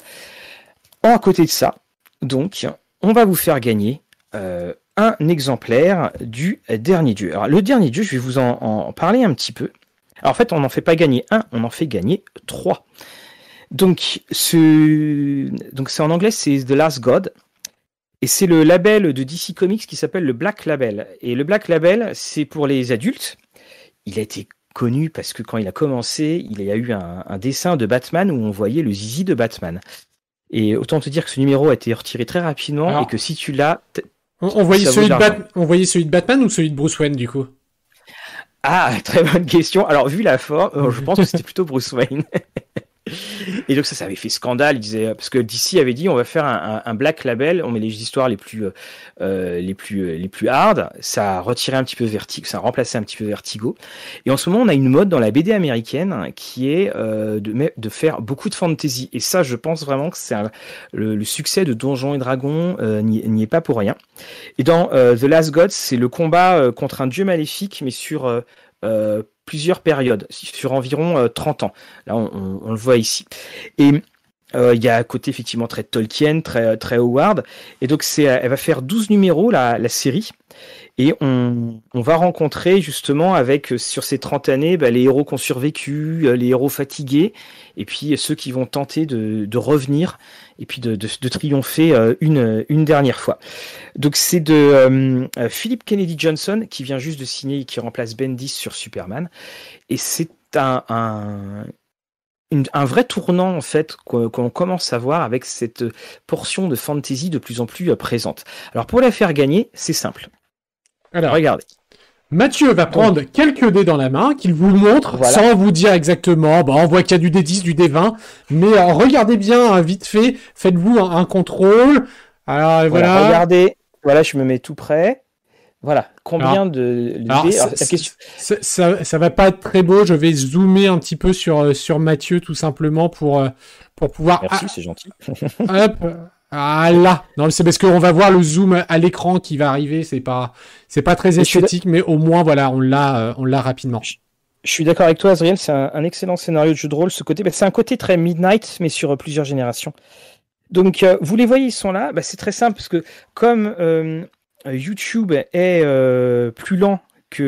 À côté de ça, donc, on va vous faire gagner euh, un exemplaire du dernier dieu. Alors, le dernier dieu, je vais vous en, en parler un petit peu. Alors, en fait, on n'en fait pas gagner un, on en fait gagner trois. Donc, ce... Donc c'est en anglais, c'est The Last God. Et c'est le label de D C Comics qui s'appelle le Black Label. Et le Black Label, c'est pour les adultes. Il a été connu parce que quand il a commencé, il y a eu un, un dessin de Batman où on voyait le zizi de Batman. Et autant te dire que ce numéro a été retiré très rapidement. Alors, et que si tu l'as... On, on, voyait celui de Bat... on voyait celui de Batman ou celui de Bruce Wayne, du coup? Ah, très bonne question. Alors, vu la forme, je pense que c'était plutôt Bruce Wayne. Et donc ça, ça avait fait scandale. Il disait, parce que D C avait dit, on va faire un, un, un Black Label, on met les histoires les plus, euh, les plus, les plus hard. Ça a retiré un petit peu Vertigo, ça a remplacé un petit peu Vertigo. Et en ce moment, on a une mode dans la B D américaine qui est euh, de, de faire beaucoup de fantasy. Et ça, je pense vraiment que c'est un, le, le succès de Donjons et Dragons euh, n'y est pas pour rien. Et dans euh, The Last Gods, c'est le combat euh, contre un dieu maléfique, mais sur euh, euh, plusieurs périodes, sur environ euh, trente ans. Là, on, on, on le voit ici. Et il euh, y a un côté effectivement très Tolkien, très, très Howard. Et donc, c'est, elle va faire douze numéros, la, la série. Et on, on va rencontrer justement avec, sur ces trente années, bah, les héros qui ont survécu, les héros fatigués, et puis ceux qui vont tenter de, de revenir et puis de, de, de triompher une, une dernière fois. Donc c'est de euh, Philip Kennedy Johnson qui vient juste de signer et qui remplace Bendis sur Superman. Et c'est un... un Une, un vrai tournant en fait qu'on, qu'on commence à voir avec cette portion de fantasy de plus en plus euh, présente. Alors pour la faire gagner, c'est simple. Alors regardez. Mathieu va prendre Donc, quelques dés dans la main, qu'il vous montre voilà. Sans vous dire exactement. Bon, on voit qu'il y a du D dix, du D vingt, mais euh, regardez bien hein, vite fait. Faites-vous un, un contrôle. Alors voilà. voilà. Regardez. Voilà, je me mets tout près. Voilà, combien alors, de, de alors, dés alors, la question... ça, ça, ça va pas être très beau. Je vais zoomer un petit peu sur sur Mathieu tout simplement pour pour pouvoir. Merci, ah, c'est gentil. Hop, ah là. Non, c'est parce qu'on va voir le zoom à l'écran qui va arriver. C'est pas c'est pas très esthétique, mais au moins voilà, on l'a on l'a rapidement. Je, je suis d'accord avec toi, Azriel. C'est un, un excellent scénario de jeu de rôle. Ce côté, bah, c'est un côté très Midnight, mais sur plusieurs générations. Donc euh, vous les voyez, ils sont là. Bah, c'est très simple parce que comme euh, YouTube est euh, plus lent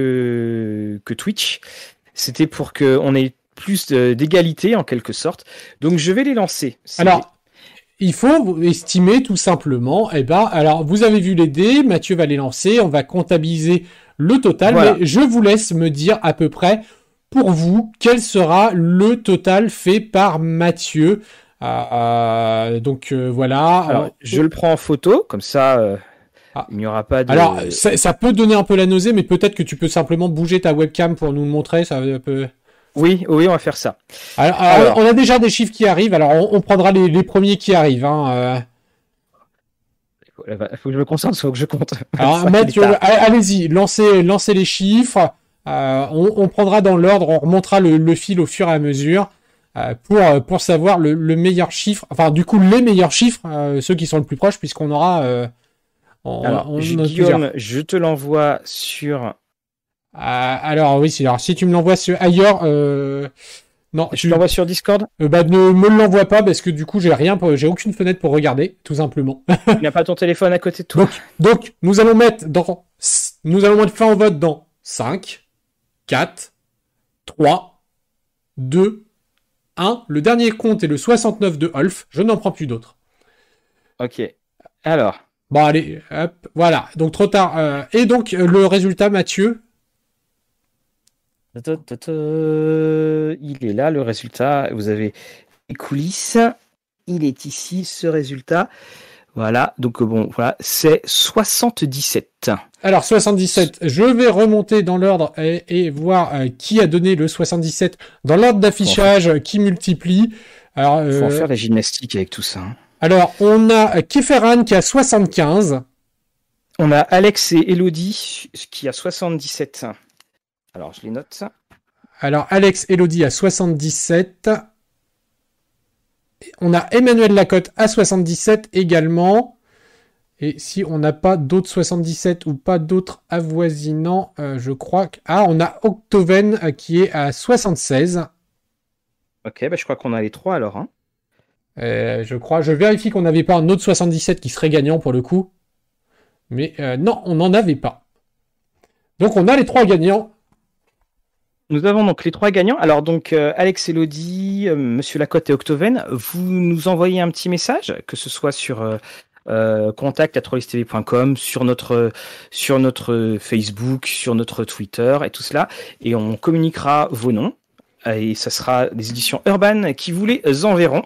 que, que Twitch. C'était pour qu'on ait plus de, d'égalité en quelque sorte. Donc je vais les lancer. C'est... Alors, il faut estimer tout simplement. Eh ben, alors vous avez vu les dés, Mathieu va les lancer, on va comptabiliser le total. Voilà. Mais je vous laisse me dire à peu près pour vous quel sera le total fait par Mathieu. Euh, donc euh, voilà. Alors, On- je le prends en photo, comme ça, euh, Ah. il n'y aura pas de... Alors, ça, ça peut donner un peu la nausée, mais peut-être que tu peux simplement bouger ta webcam pour nous le montrer. Ça peut... Oui, oui, on va faire ça. Alors, alors, Alors. on a déjà des chiffres qui arrivent. Alors, on, on prendra les, les premiers qui arrivent. Hein, euh. Il faut que je me concentre, il faut que je compte. Alors, Mathieu, allez-y, lancez, lancez les chiffres. Euh, on, on prendra dans l'ordre, on remontera le, le fil au fur et à mesure euh, pour, pour savoir le, le meilleur chiffre. Enfin, du coup, les meilleurs chiffres, euh, ceux qui sont le plus proches, puisqu'on aura... Euh, on, alors, on je, a Guillaume, plusieurs. je te l'envoie sur... Euh, alors, oui, si, alors, si tu me l'envoies sur ailleurs... Euh... Non, je tu l'envoie sur Discord. euh, bah, ne me l'envoie pas parce que du coup, j'ai rien, pour... j'ai aucune fenêtre pour regarder, tout simplement. Il n'y a pas ton téléphone à côté de toi. Donc, donc, nous allons mettre dans... Nous allons mettre fin au vote dans cinq, quatre, trois, deux, un. Le dernier compte est le soixante-neuf de Olf. Je n'en prends plus d'autres. Ok. Alors. Bon, allez, hop, voilà. Donc, trop tard. Euh, et donc, euh, le résultat, Mathieu. Il est là, le résultat. Vous avez les coulisses. Il est ici, ce résultat. Voilà. Donc, bon, voilà. C'est soixante-dix-sept. Alors, soixante-dix-sept. Je vais remonter dans l'ordre et, et voir euh, qui a donné le soixante-dix-sept dans l'ordre d'affichage euh, qui multiplie. Alors, euh... faut en euh... faire la gymnastique avec tout ça. Hein. Alors, on a Keferan qui a soixante-quinze. On a Alex et Elodie qui a soixante-dix-sept. Alors, je les note. Alors, Alex Elodie à soixante-dix-sept. On a Emmanuel Lacotte à soixante-dix-sept également. Et si on n'a pas d'autres soixante-dix-sept ou pas d'autres avoisinants, euh, je crois que... Ah, on a Octoven euh, qui est à soixante-seize. Ok, bah je crois qu'on a les trois alors. Hein. Euh, je crois. Je vérifie qu'on n'avait pas un autre soixante-dix-sept qui serait gagnant pour le coup. Mais euh, non, on n'en avait pas. Donc on a les trois gagnants. Nous avons donc les trois gagnants. Alors donc euh, Alex Elodie, euh, Monsieur Lacotte et Octoven, vous nous envoyez un petit message, que ce soit sur euh, euh, contact arobase trollistv point com, sur notre sur notre Facebook, sur notre Twitter et tout cela, et on communiquera vos noms. Et ça sera des éditions Urban qui vous les enverront.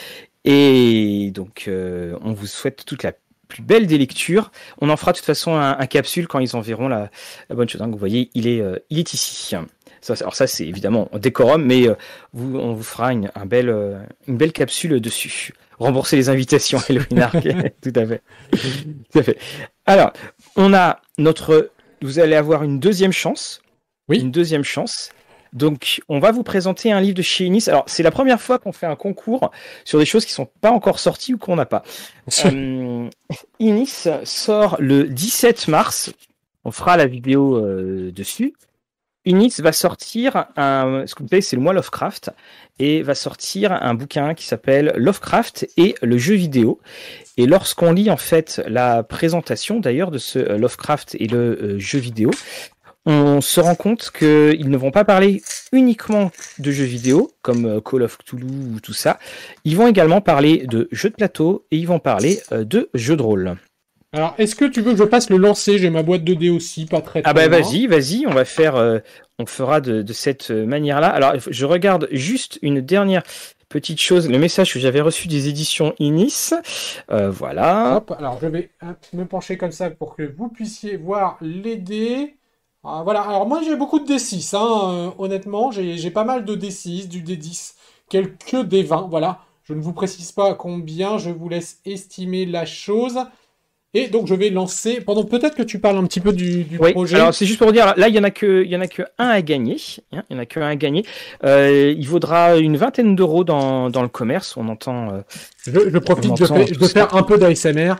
Et donc euh, on vous souhaite toute la plus belle des lectures. On en fera de toute façon un, un capsule quand ils enverront la, la bonne chose. Donc vous voyez, il est euh, il est ici. Ça, alors ça, c'est évidemment en décorum, mais euh, vous, on vous fera une, un bel, euh, une belle capsule dessus. Rembourser les invitations, Elohim Arc. Tout à fait. Tout à fait. Alors, on a notre... Vous allez avoir une deuxième chance. Oui. Une deuxième chance. Donc, on va vous présenter un livre de chez Inis. Alors, c'est la première fois qu'on fait un concours sur des choses qui ne sont pas encore sorties ou qu'on n'a pas. euh, Inis sort le dix-sept mars. On fera la vidéo euh, dessus. Inis va sortir un, ce que vous savez, c'est le mois Lovecraft, et va sortir un bouquin qui s'appelle Lovecraft et le jeu vidéo. Et lorsqu'on lit en fait la présentation d'ailleurs de ce Lovecraft et le euh, jeu vidéo, on se rend compte qu'ils ne vont pas parler uniquement de jeux vidéo, comme Call of Cthulhu ou tout ça. Ils vont également parler de jeux de plateau et ils vont parler euh, de jeux de rôle. Alors, est-ce que tu veux que je passe le lancer? J'ai ma boîte de dés aussi, pas très, très Ah bah loin. vas-y, vas-y, on va faire, euh, on fera de, de cette manière-là. Alors, je regarde juste une dernière petite chose, le message que j'avais reçu des éditions Inis. Euh, voilà. Hop, alors je vais hein, me pencher comme ça pour que vous puissiez voir les dés. Ah, voilà, alors moi j'ai beaucoup de dés six, hein, euh, honnêtement, j'ai, j'ai pas mal de dés six, du dés dix, quelques dés vingt, voilà. Je ne vous précise pas combien, je vous laisse estimer la chose. Et donc je vais lancer. Pendant peut-être que tu parles un petit peu du, du oui, projet. Alors c'est juste pour dire, là il y en a que il y en a que un à gagner. Hein, il y en a que un à gagner. Euh, il vaudra une vingtaine d'euros dans, dans le commerce. On entend. Euh, je, je profite on de, entend faire, de faire un peu d'A S M R.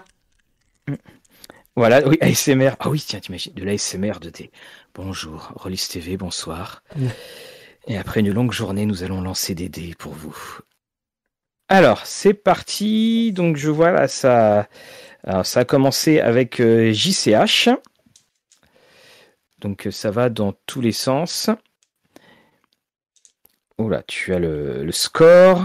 Voilà, oui, A S M R. Ah oui, tiens, t'imagines, de l'A S M R de tes. Bonjour, Rollis T V, bonsoir. Mm. Et après une longue journée, nous allons lancer des dés pour vous. Alors, c'est parti. Donc je vois là ça. Alors, ça a commencé avec euh, J C H. Donc, ça va dans tous les sens. Oh là, tu as le, le score.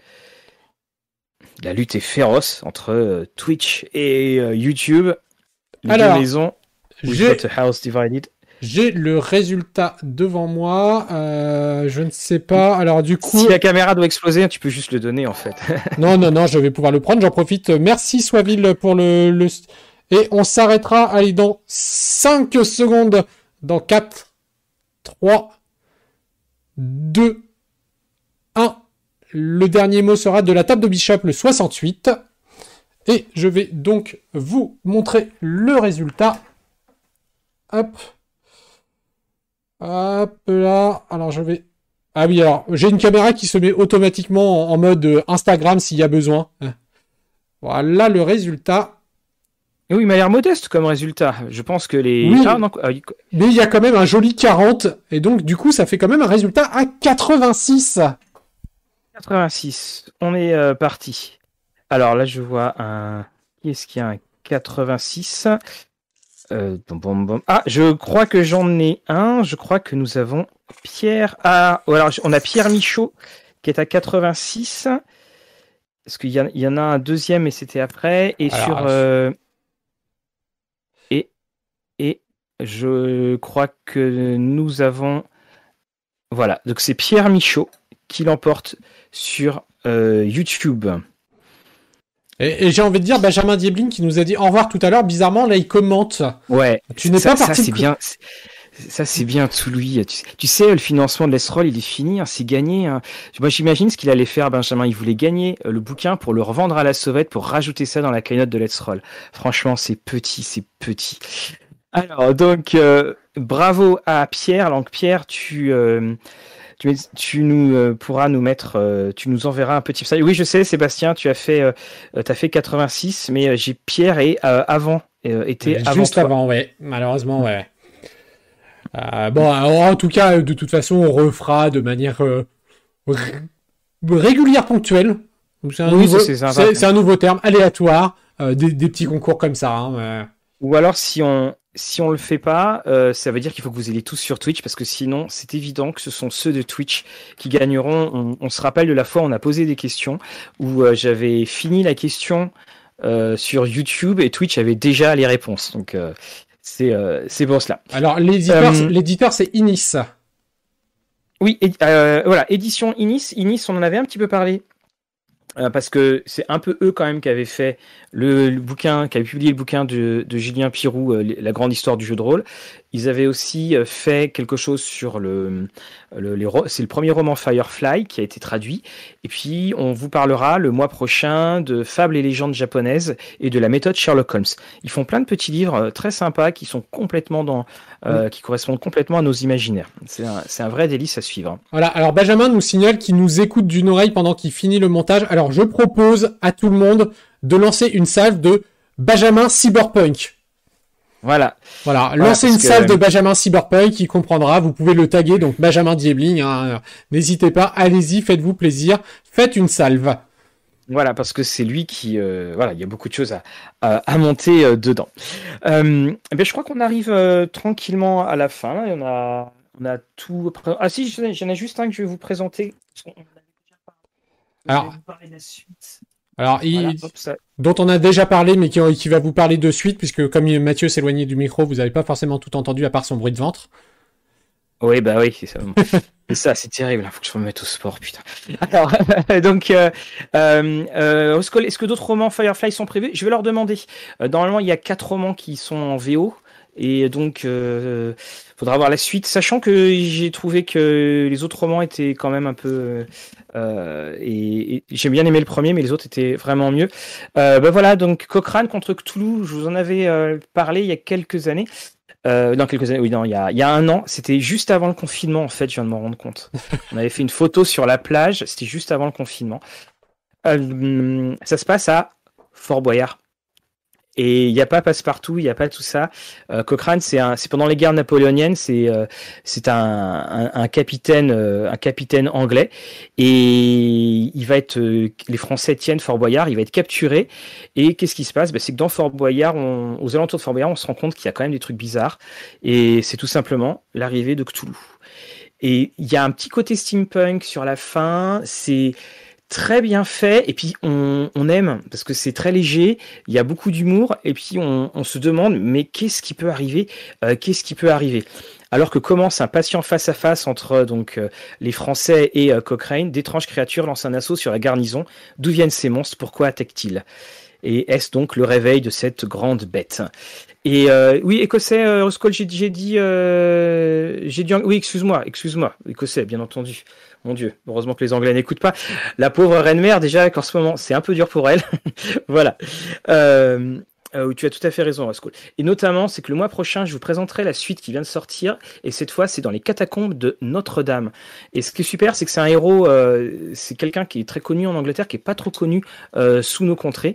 La lutte est féroce entre euh, Twitch et euh, YouTube. Les Alors, deux maisons. j'ai... A house divided. J'ai le résultat devant moi. Euh, je ne sais pas. Alors du coup... Si la caméra doit exploser, tu peux juste le donner en fait. non, non, non, je vais pouvoir le prendre. J'en profite. Merci Soiville pour le... le... Et on s'arrêtera, allez, dans cinq secondes. Dans quatre, trois, deux, un. Le dernier mot sera de la table de Bishop, le soixante-huit. Et je vais donc vous montrer le résultat. Hop. Hop là. Alors je vais... Ah oui, alors j'ai une caméra qui se met automatiquement en, en mode Instagram s'il y a besoin. Voilà le résultat. Oui, il m'a l'air modeste comme résultat. Je pense que les... Oui, ah, non, ah, mais il y a quand même un joli quarante. Et donc du coup ça fait quand même un résultat à quatre-vingt-six. quatre-vingt-six. On est euh, parti. Alors là je vois un... Qui est-ce qu'il y a un quatre-vingt-six euh, bon, bon, bon. Ah, je crois que j'en ai un. Je crois que nous avons Pierre... Ah, alors on a Pierre Michaud qui est à quatre-vingt-six. Parce qu'il y, a, il y en a un deuxième et c'était après. Et alors, sur... Euh... Et, et je crois que nous avons... Voilà, donc c'est Pierre Michaud qui l'emporte sur euh, YouTube. Et, et j'ai envie de dire Benjamin Diebling qui nous a dit au revoir tout à l'heure. Bizarrement, là, il commente. Ouais. Tu n'es ça, pas parti. Ça, c'est bien... Ça, c'est bien tout lui. Tu sais, tu sais, le financement de l'Esroll, il est fini, hein, c'est gagné. Hein. Moi, j'imagine ce qu'il allait faire, Benjamin. Il voulait gagner euh, le bouquin pour le revendre à la sauvette, pour rajouter ça dans la cagnotte de l'Esroll. Franchement, c'est petit, c'est petit. Alors, donc, euh, bravo à Pierre. Donc, Pierre, tu, euh, tu, tu nous euh, pourras nous mettre, euh, tu nous enverras un petit message. Oui, je sais, Sébastien, tu as fait, euh, t'as fait quatre-vingt-six, mais euh, j'ai Pierre et euh, avant, euh, était Juste avant Juste toi. avant, ouais. Malheureusement, ouais. Euh, bon, alors, en tout cas, de toute façon, on refera de manière euh, ré- régulière, ponctuelle. C'est un, Oui, nouveau, c'est, c'est, c'est, c'est un nouveau terme, aléatoire, euh, des, des petits concours comme ça. Hein, euh. Ou alors, si on si on le fait pas, euh, ça veut dire qu'il faut que vous ayez tous sur Twitch, parce que sinon, c'est évident que ce sont ceux de Twitch qui gagneront. On, on se rappelle de la fois où on a posé des questions, où euh, j'avais fini la question euh, sur YouTube et Twitch avait déjà les réponses. Donc, euh, c'est euh, c'est pour cela. Alors, l'éditeur, Euh, l'éditeur c'est Inis. Oui, et, euh, voilà, édition Inis. Inis, on en avait un petit peu parlé. Euh, parce que c'est un peu eux quand même qui avaient fait le, le bouquin, qui avaient publié le bouquin de, de Julien Pirou, euh, La grande histoire du jeu de rôle. Ils avaient aussi euh, fait quelque chose sur le, le les, c'est le premier roman Firefly qui a été traduit. Et puis on vous parlera le mois prochain de Fables et légendes japonaises et de la méthode Sherlock Holmes. Ils font plein de petits livres euh, très sympas qui sont complètement dans, euh, qui correspondent complètement à nos imaginaires. C'est un, c'est un vrai délice à suivre. Voilà. Alors Benjamin nous signale qu'il nous écoute d'une oreille pendant qu'il finit le montage. Alors je propose à tout le monde de lancer une salve de Benjamin Cyberpunk. Voilà. Voilà, voilà lancez une que... salve de Benjamin Cyberpunk, qui comprendra, vous pouvez le taguer, donc Benjamin Diebling, hein, n'hésitez pas, allez-y, faites-vous plaisir, faites une salve. Voilà, parce que c'est lui qui... Euh, voilà, il y a beaucoup de choses à, à, à monter euh, dedans. Euh, eh bien, je crois qu'on arrive euh, tranquillement à la fin. Là, on, a, on a tout... Ah si, j'en ai juste un que je vais vous présenter. On avait déjà parlé. Alors, je vais vous parler de la suite. Alors, voilà, il... hop, ça... dont on a déjà parlé, mais qui, qui va vous parler de suite, puisque comme Mathieu s'éloignait du micro, vous n'avez pas forcément tout entendu à part son bruit de ventre. Oui, bah oui, c'est ça. C'est ça, c'est terrible. Il faut que je me mette au sport, putain. Alors, donc, euh, euh, euh, est-ce que d'autres romans Firefly sont prévus? Je vais leur demander. Euh, normalement, il y a quatre romans qui sont en V O. Et donc, euh, faudra voir la suite, sachant que j'ai trouvé que les autres romans étaient quand même un peu... Euh, et, et j'ai bien aimé le premier, mais les autres étaient vraiment mieux. Euh, ben voilà, donc Cochrane contre Cthulhu, je vous en avais euh, parlé il y a quelques années. Euh, dans quelques années, oui, non, il y a, il y a un an, c'était juste avant le confinement, en fait, je viens de m'en rendre compte. On avait fait une photo sur la plage, c'était juste avant le confinement. Euh, ça se passe à Fort Boyard. Et il n'y a pas Passepartout, il n'y a pas tout ça. Euh, Cochrane, c'est un, c'est pendant les guerres napoléoniennes, c'est, euh, c'est un, un, un capitaine, euh, un capitaine anglais, et il va être, euh, les Français tiennent Fort Boyard, il va être capturé. Et qu'est-ce qui se passe? Ben, c'est que dans Fort Boyard, on, aux alentours de Fort Boyard, on se rend compte qu'il y a quand même des trucs bizarres, et c'est tout simplement l'arrivée de Cthulhu. Et il y a un petit côté steampunk sur la fin. C'est très bien fait, et puis on, on aime, parce que c'est très léger, il y a beaucoup d'humour, et puis on, on se demande, mais qu'est-ce qui peut arriver euh, Qu'est-ce qui peut arriver Alors que commence un patient face-à-face entre donc euh, les Français et euh, Cochrane, d'étranges créatures lancent un assaut sur la garnison. D'où viennent ces monstres Pourquoi attaquent-ils Et est-ce donc le réveil de cette grande bête Et euh, oui, écossais, euh, Roscoe, j'ai, j'ai dit, euh, j'ai dit, oui, excuse-moi, excuse-moi, écossais, bien entendu. Mon Dieu, heureusement que les Anglais n'écoutent pas. La pauvre reine-mère, déjà, qu'en ce moment, c'est un peu dur pour elle. Voilà. Euh, euh, tu as tout à fait raison, Roscoe. Et notamment, c'est que le mois prochain, je vous présenterai la suite qui vient de sortir. Et cette fois, c'est dans les catacombes de Notre-Dame. Et ce qui est super, c'est que c'est un héros, euh, c'est quelqu'un qui est très connu en Angleterre, qui est pas trop connu euh, sous nos contrées.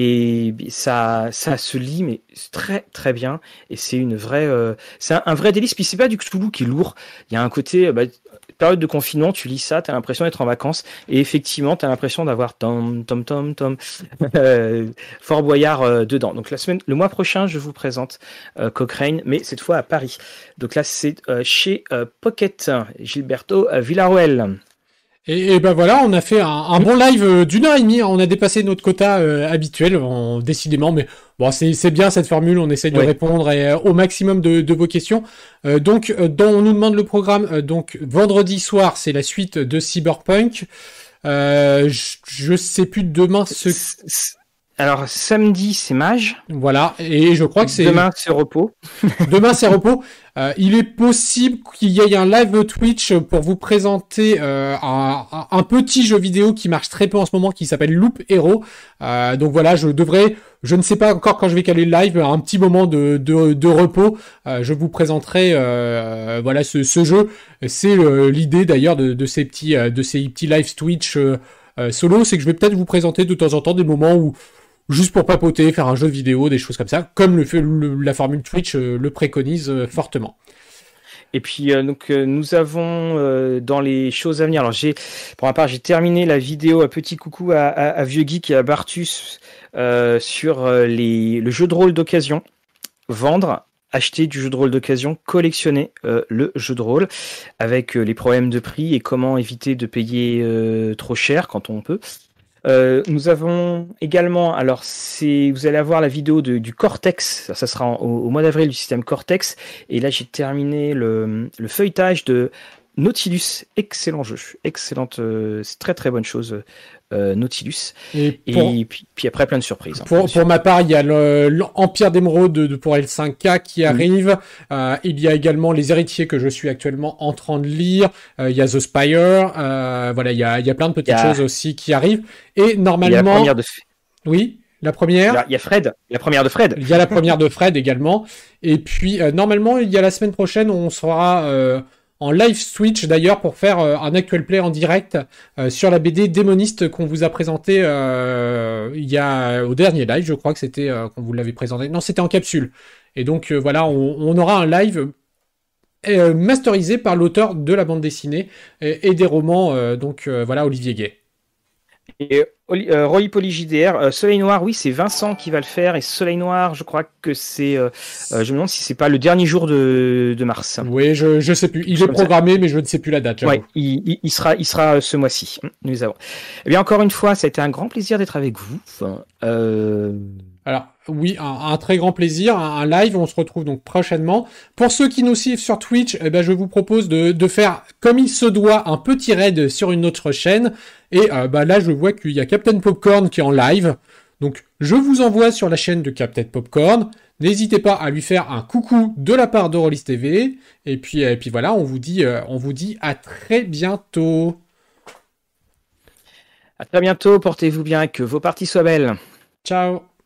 Et ça, ça se lit, mais très très bien. Et c'est une vraie, euh, c'est un, un vrai délice. Puis c'est pas du Cthulhu qui est lourd. Il y a un côté, bah, période de confinement, tu lis ça, tu as l'impression d'être en vacances, et effectivement, tu as l'impression d'avoir tom, tom, tom, tom, euh, Fort Boyard euh, dedans. Donc la semaine, le mois prochain, je vous présente euh, Cochrane, mais cette fois à Paris. Donc là, c'est euh, chez euh, Pocket, Gilberto euh, Villarroel. Et, et ben voilà, on a fait un, un bon live euh, d'une heure et demie. On a dépassé notre quota euh, habituel, en, décidément. Mais bon, c'est, c'est bien cette formule. On essaye de Ouais. répondre et, euh, au maximum de, de vos questions. Euh, donc, euh, dans, on nous demande le programme. Euh, donc, vendredi soir, c'est la suite de Cyberpunk. Euh, je, je sais plus demain ce. C- c- Alors samedi, c'est Mage. Voilà. Et je crois que c'est. Demain, c'est repos. Demain, c'est repos. Euh, il est possible qu'il y ait un live Twitch pour vous présenter euh, un, un, un petit jeu vidéo qui marche très peu en ce moment, qui s'appelle Loop Hero. Euh, donc voilà, je devrais, je ne sais pas encore quand je vais caler le live, un petit moment de, de, de repos. Euh, je vous présenterai euh, voilà ce, ce jeu. C'est euh, l'idée d'ailleurs de, de ces petits, euh, de ces petits live Twitch euh, euh, solo, c'est que je vais peut-être vous présenter de temps en temps des moments où juste pour papoter, faire un jeu vidéo, des choses comme ça, comme le, fait, le la formule Twitch euh, le préconise euh, fortement. Et puis euh, donc euh, nous avons euh, dans les choses à venir. Alors j'ai, pour ma part, j'ai terminé la vidéo. Un petit coucou à, à, à Vieux Geek et à Bartus euh, sur euh, les, le jeu de rôle d'occasion. Vendre, acheter du jeu de rôle d'occasion, collectionner euh, le jeu de rôle avec euh, les problèmes de prix et comment éviter de payer euh, trop cher quand on peut. Euh, nous avons également, alors c'est, vous allez avoir la vidéo de, du Cortex, ça, ça sera en, au, au mois d'avril du système Cortex, et là j'ai terminé le, le feuilletage de Nautilus, excellent jeu, excellente, euh, c'est très très bonne chose, euh, Nautilus, Et, pour, et puis, puis après plein de surprises. Hein, pour, pour ma part, il y a le, l'Empire d'Émeraude de, de pour L cinq K qui arrive, mmh. euh, il y a également Les Héritiers que je suis actuellement en train de lire, euh, il y a The Spire, euh, voilà, il y a, il y a plein de petites a... choses aussi qui arrivent, et normalement... Il y a la première de... Oui, la première. Il y a Fred, la première de Fred. Il y a la première de Fred également, et puis euh, normalement, il y a la semaine prochaine où on sera... Euh, en live Twitch d'ailleurs pour faire euh, un actual play en direct euh, sur la B D Démoniste qu'on vous a présenté euh, il y a au dernier live, je crois que c'était euh, qu'on vous l'avait présenté. Non, c'était en capsule. Et donc euh, voilà, on, on aura un live euh, masterisé par l'auteur de la bande dessinée et, et des romans, euh, donc euh, voilà, Olivier Gay. Et euh, Roy Poly J D R, euh, Soleil Noir, oui, c'est Vincent qui va le faire. Et Soleil Noir, je crois que c'est. Euh, euh, je me demande si c'est pas le dernier jour de, de mars. Oui, je je sais plus. Il est programmé, ça. Mais je ne sais plus la date. Ouais, il, il, il sera il sera ce mois-ci. Nous avons. Eh bien, encore une fois, ça a été un grand plaisir d'être avec vous. Enfin, euh... Alors, oui, un, un très grand plaisir, un, un live, on se retrouve donc prochainement. Pour ceux qui nous suivent sur Twitch, eh ben, je vous propose de, de faire, comme il se doit, un petit raid sur une autre chaîne. Et euh, bah, là, je vois qu'il y a Captain Popcorn qui est en live. Donc, je vous envoie sur la chaîne de Captain Popcorn. N'hésitez pas à lui faire un coucou de la part de Rollis T V. Et puis, et puis voilà, on vous dit, euh, on vous dit à très bientôt. À très bientôt, portez-vous bien, que vos parties soient belles. Ciao.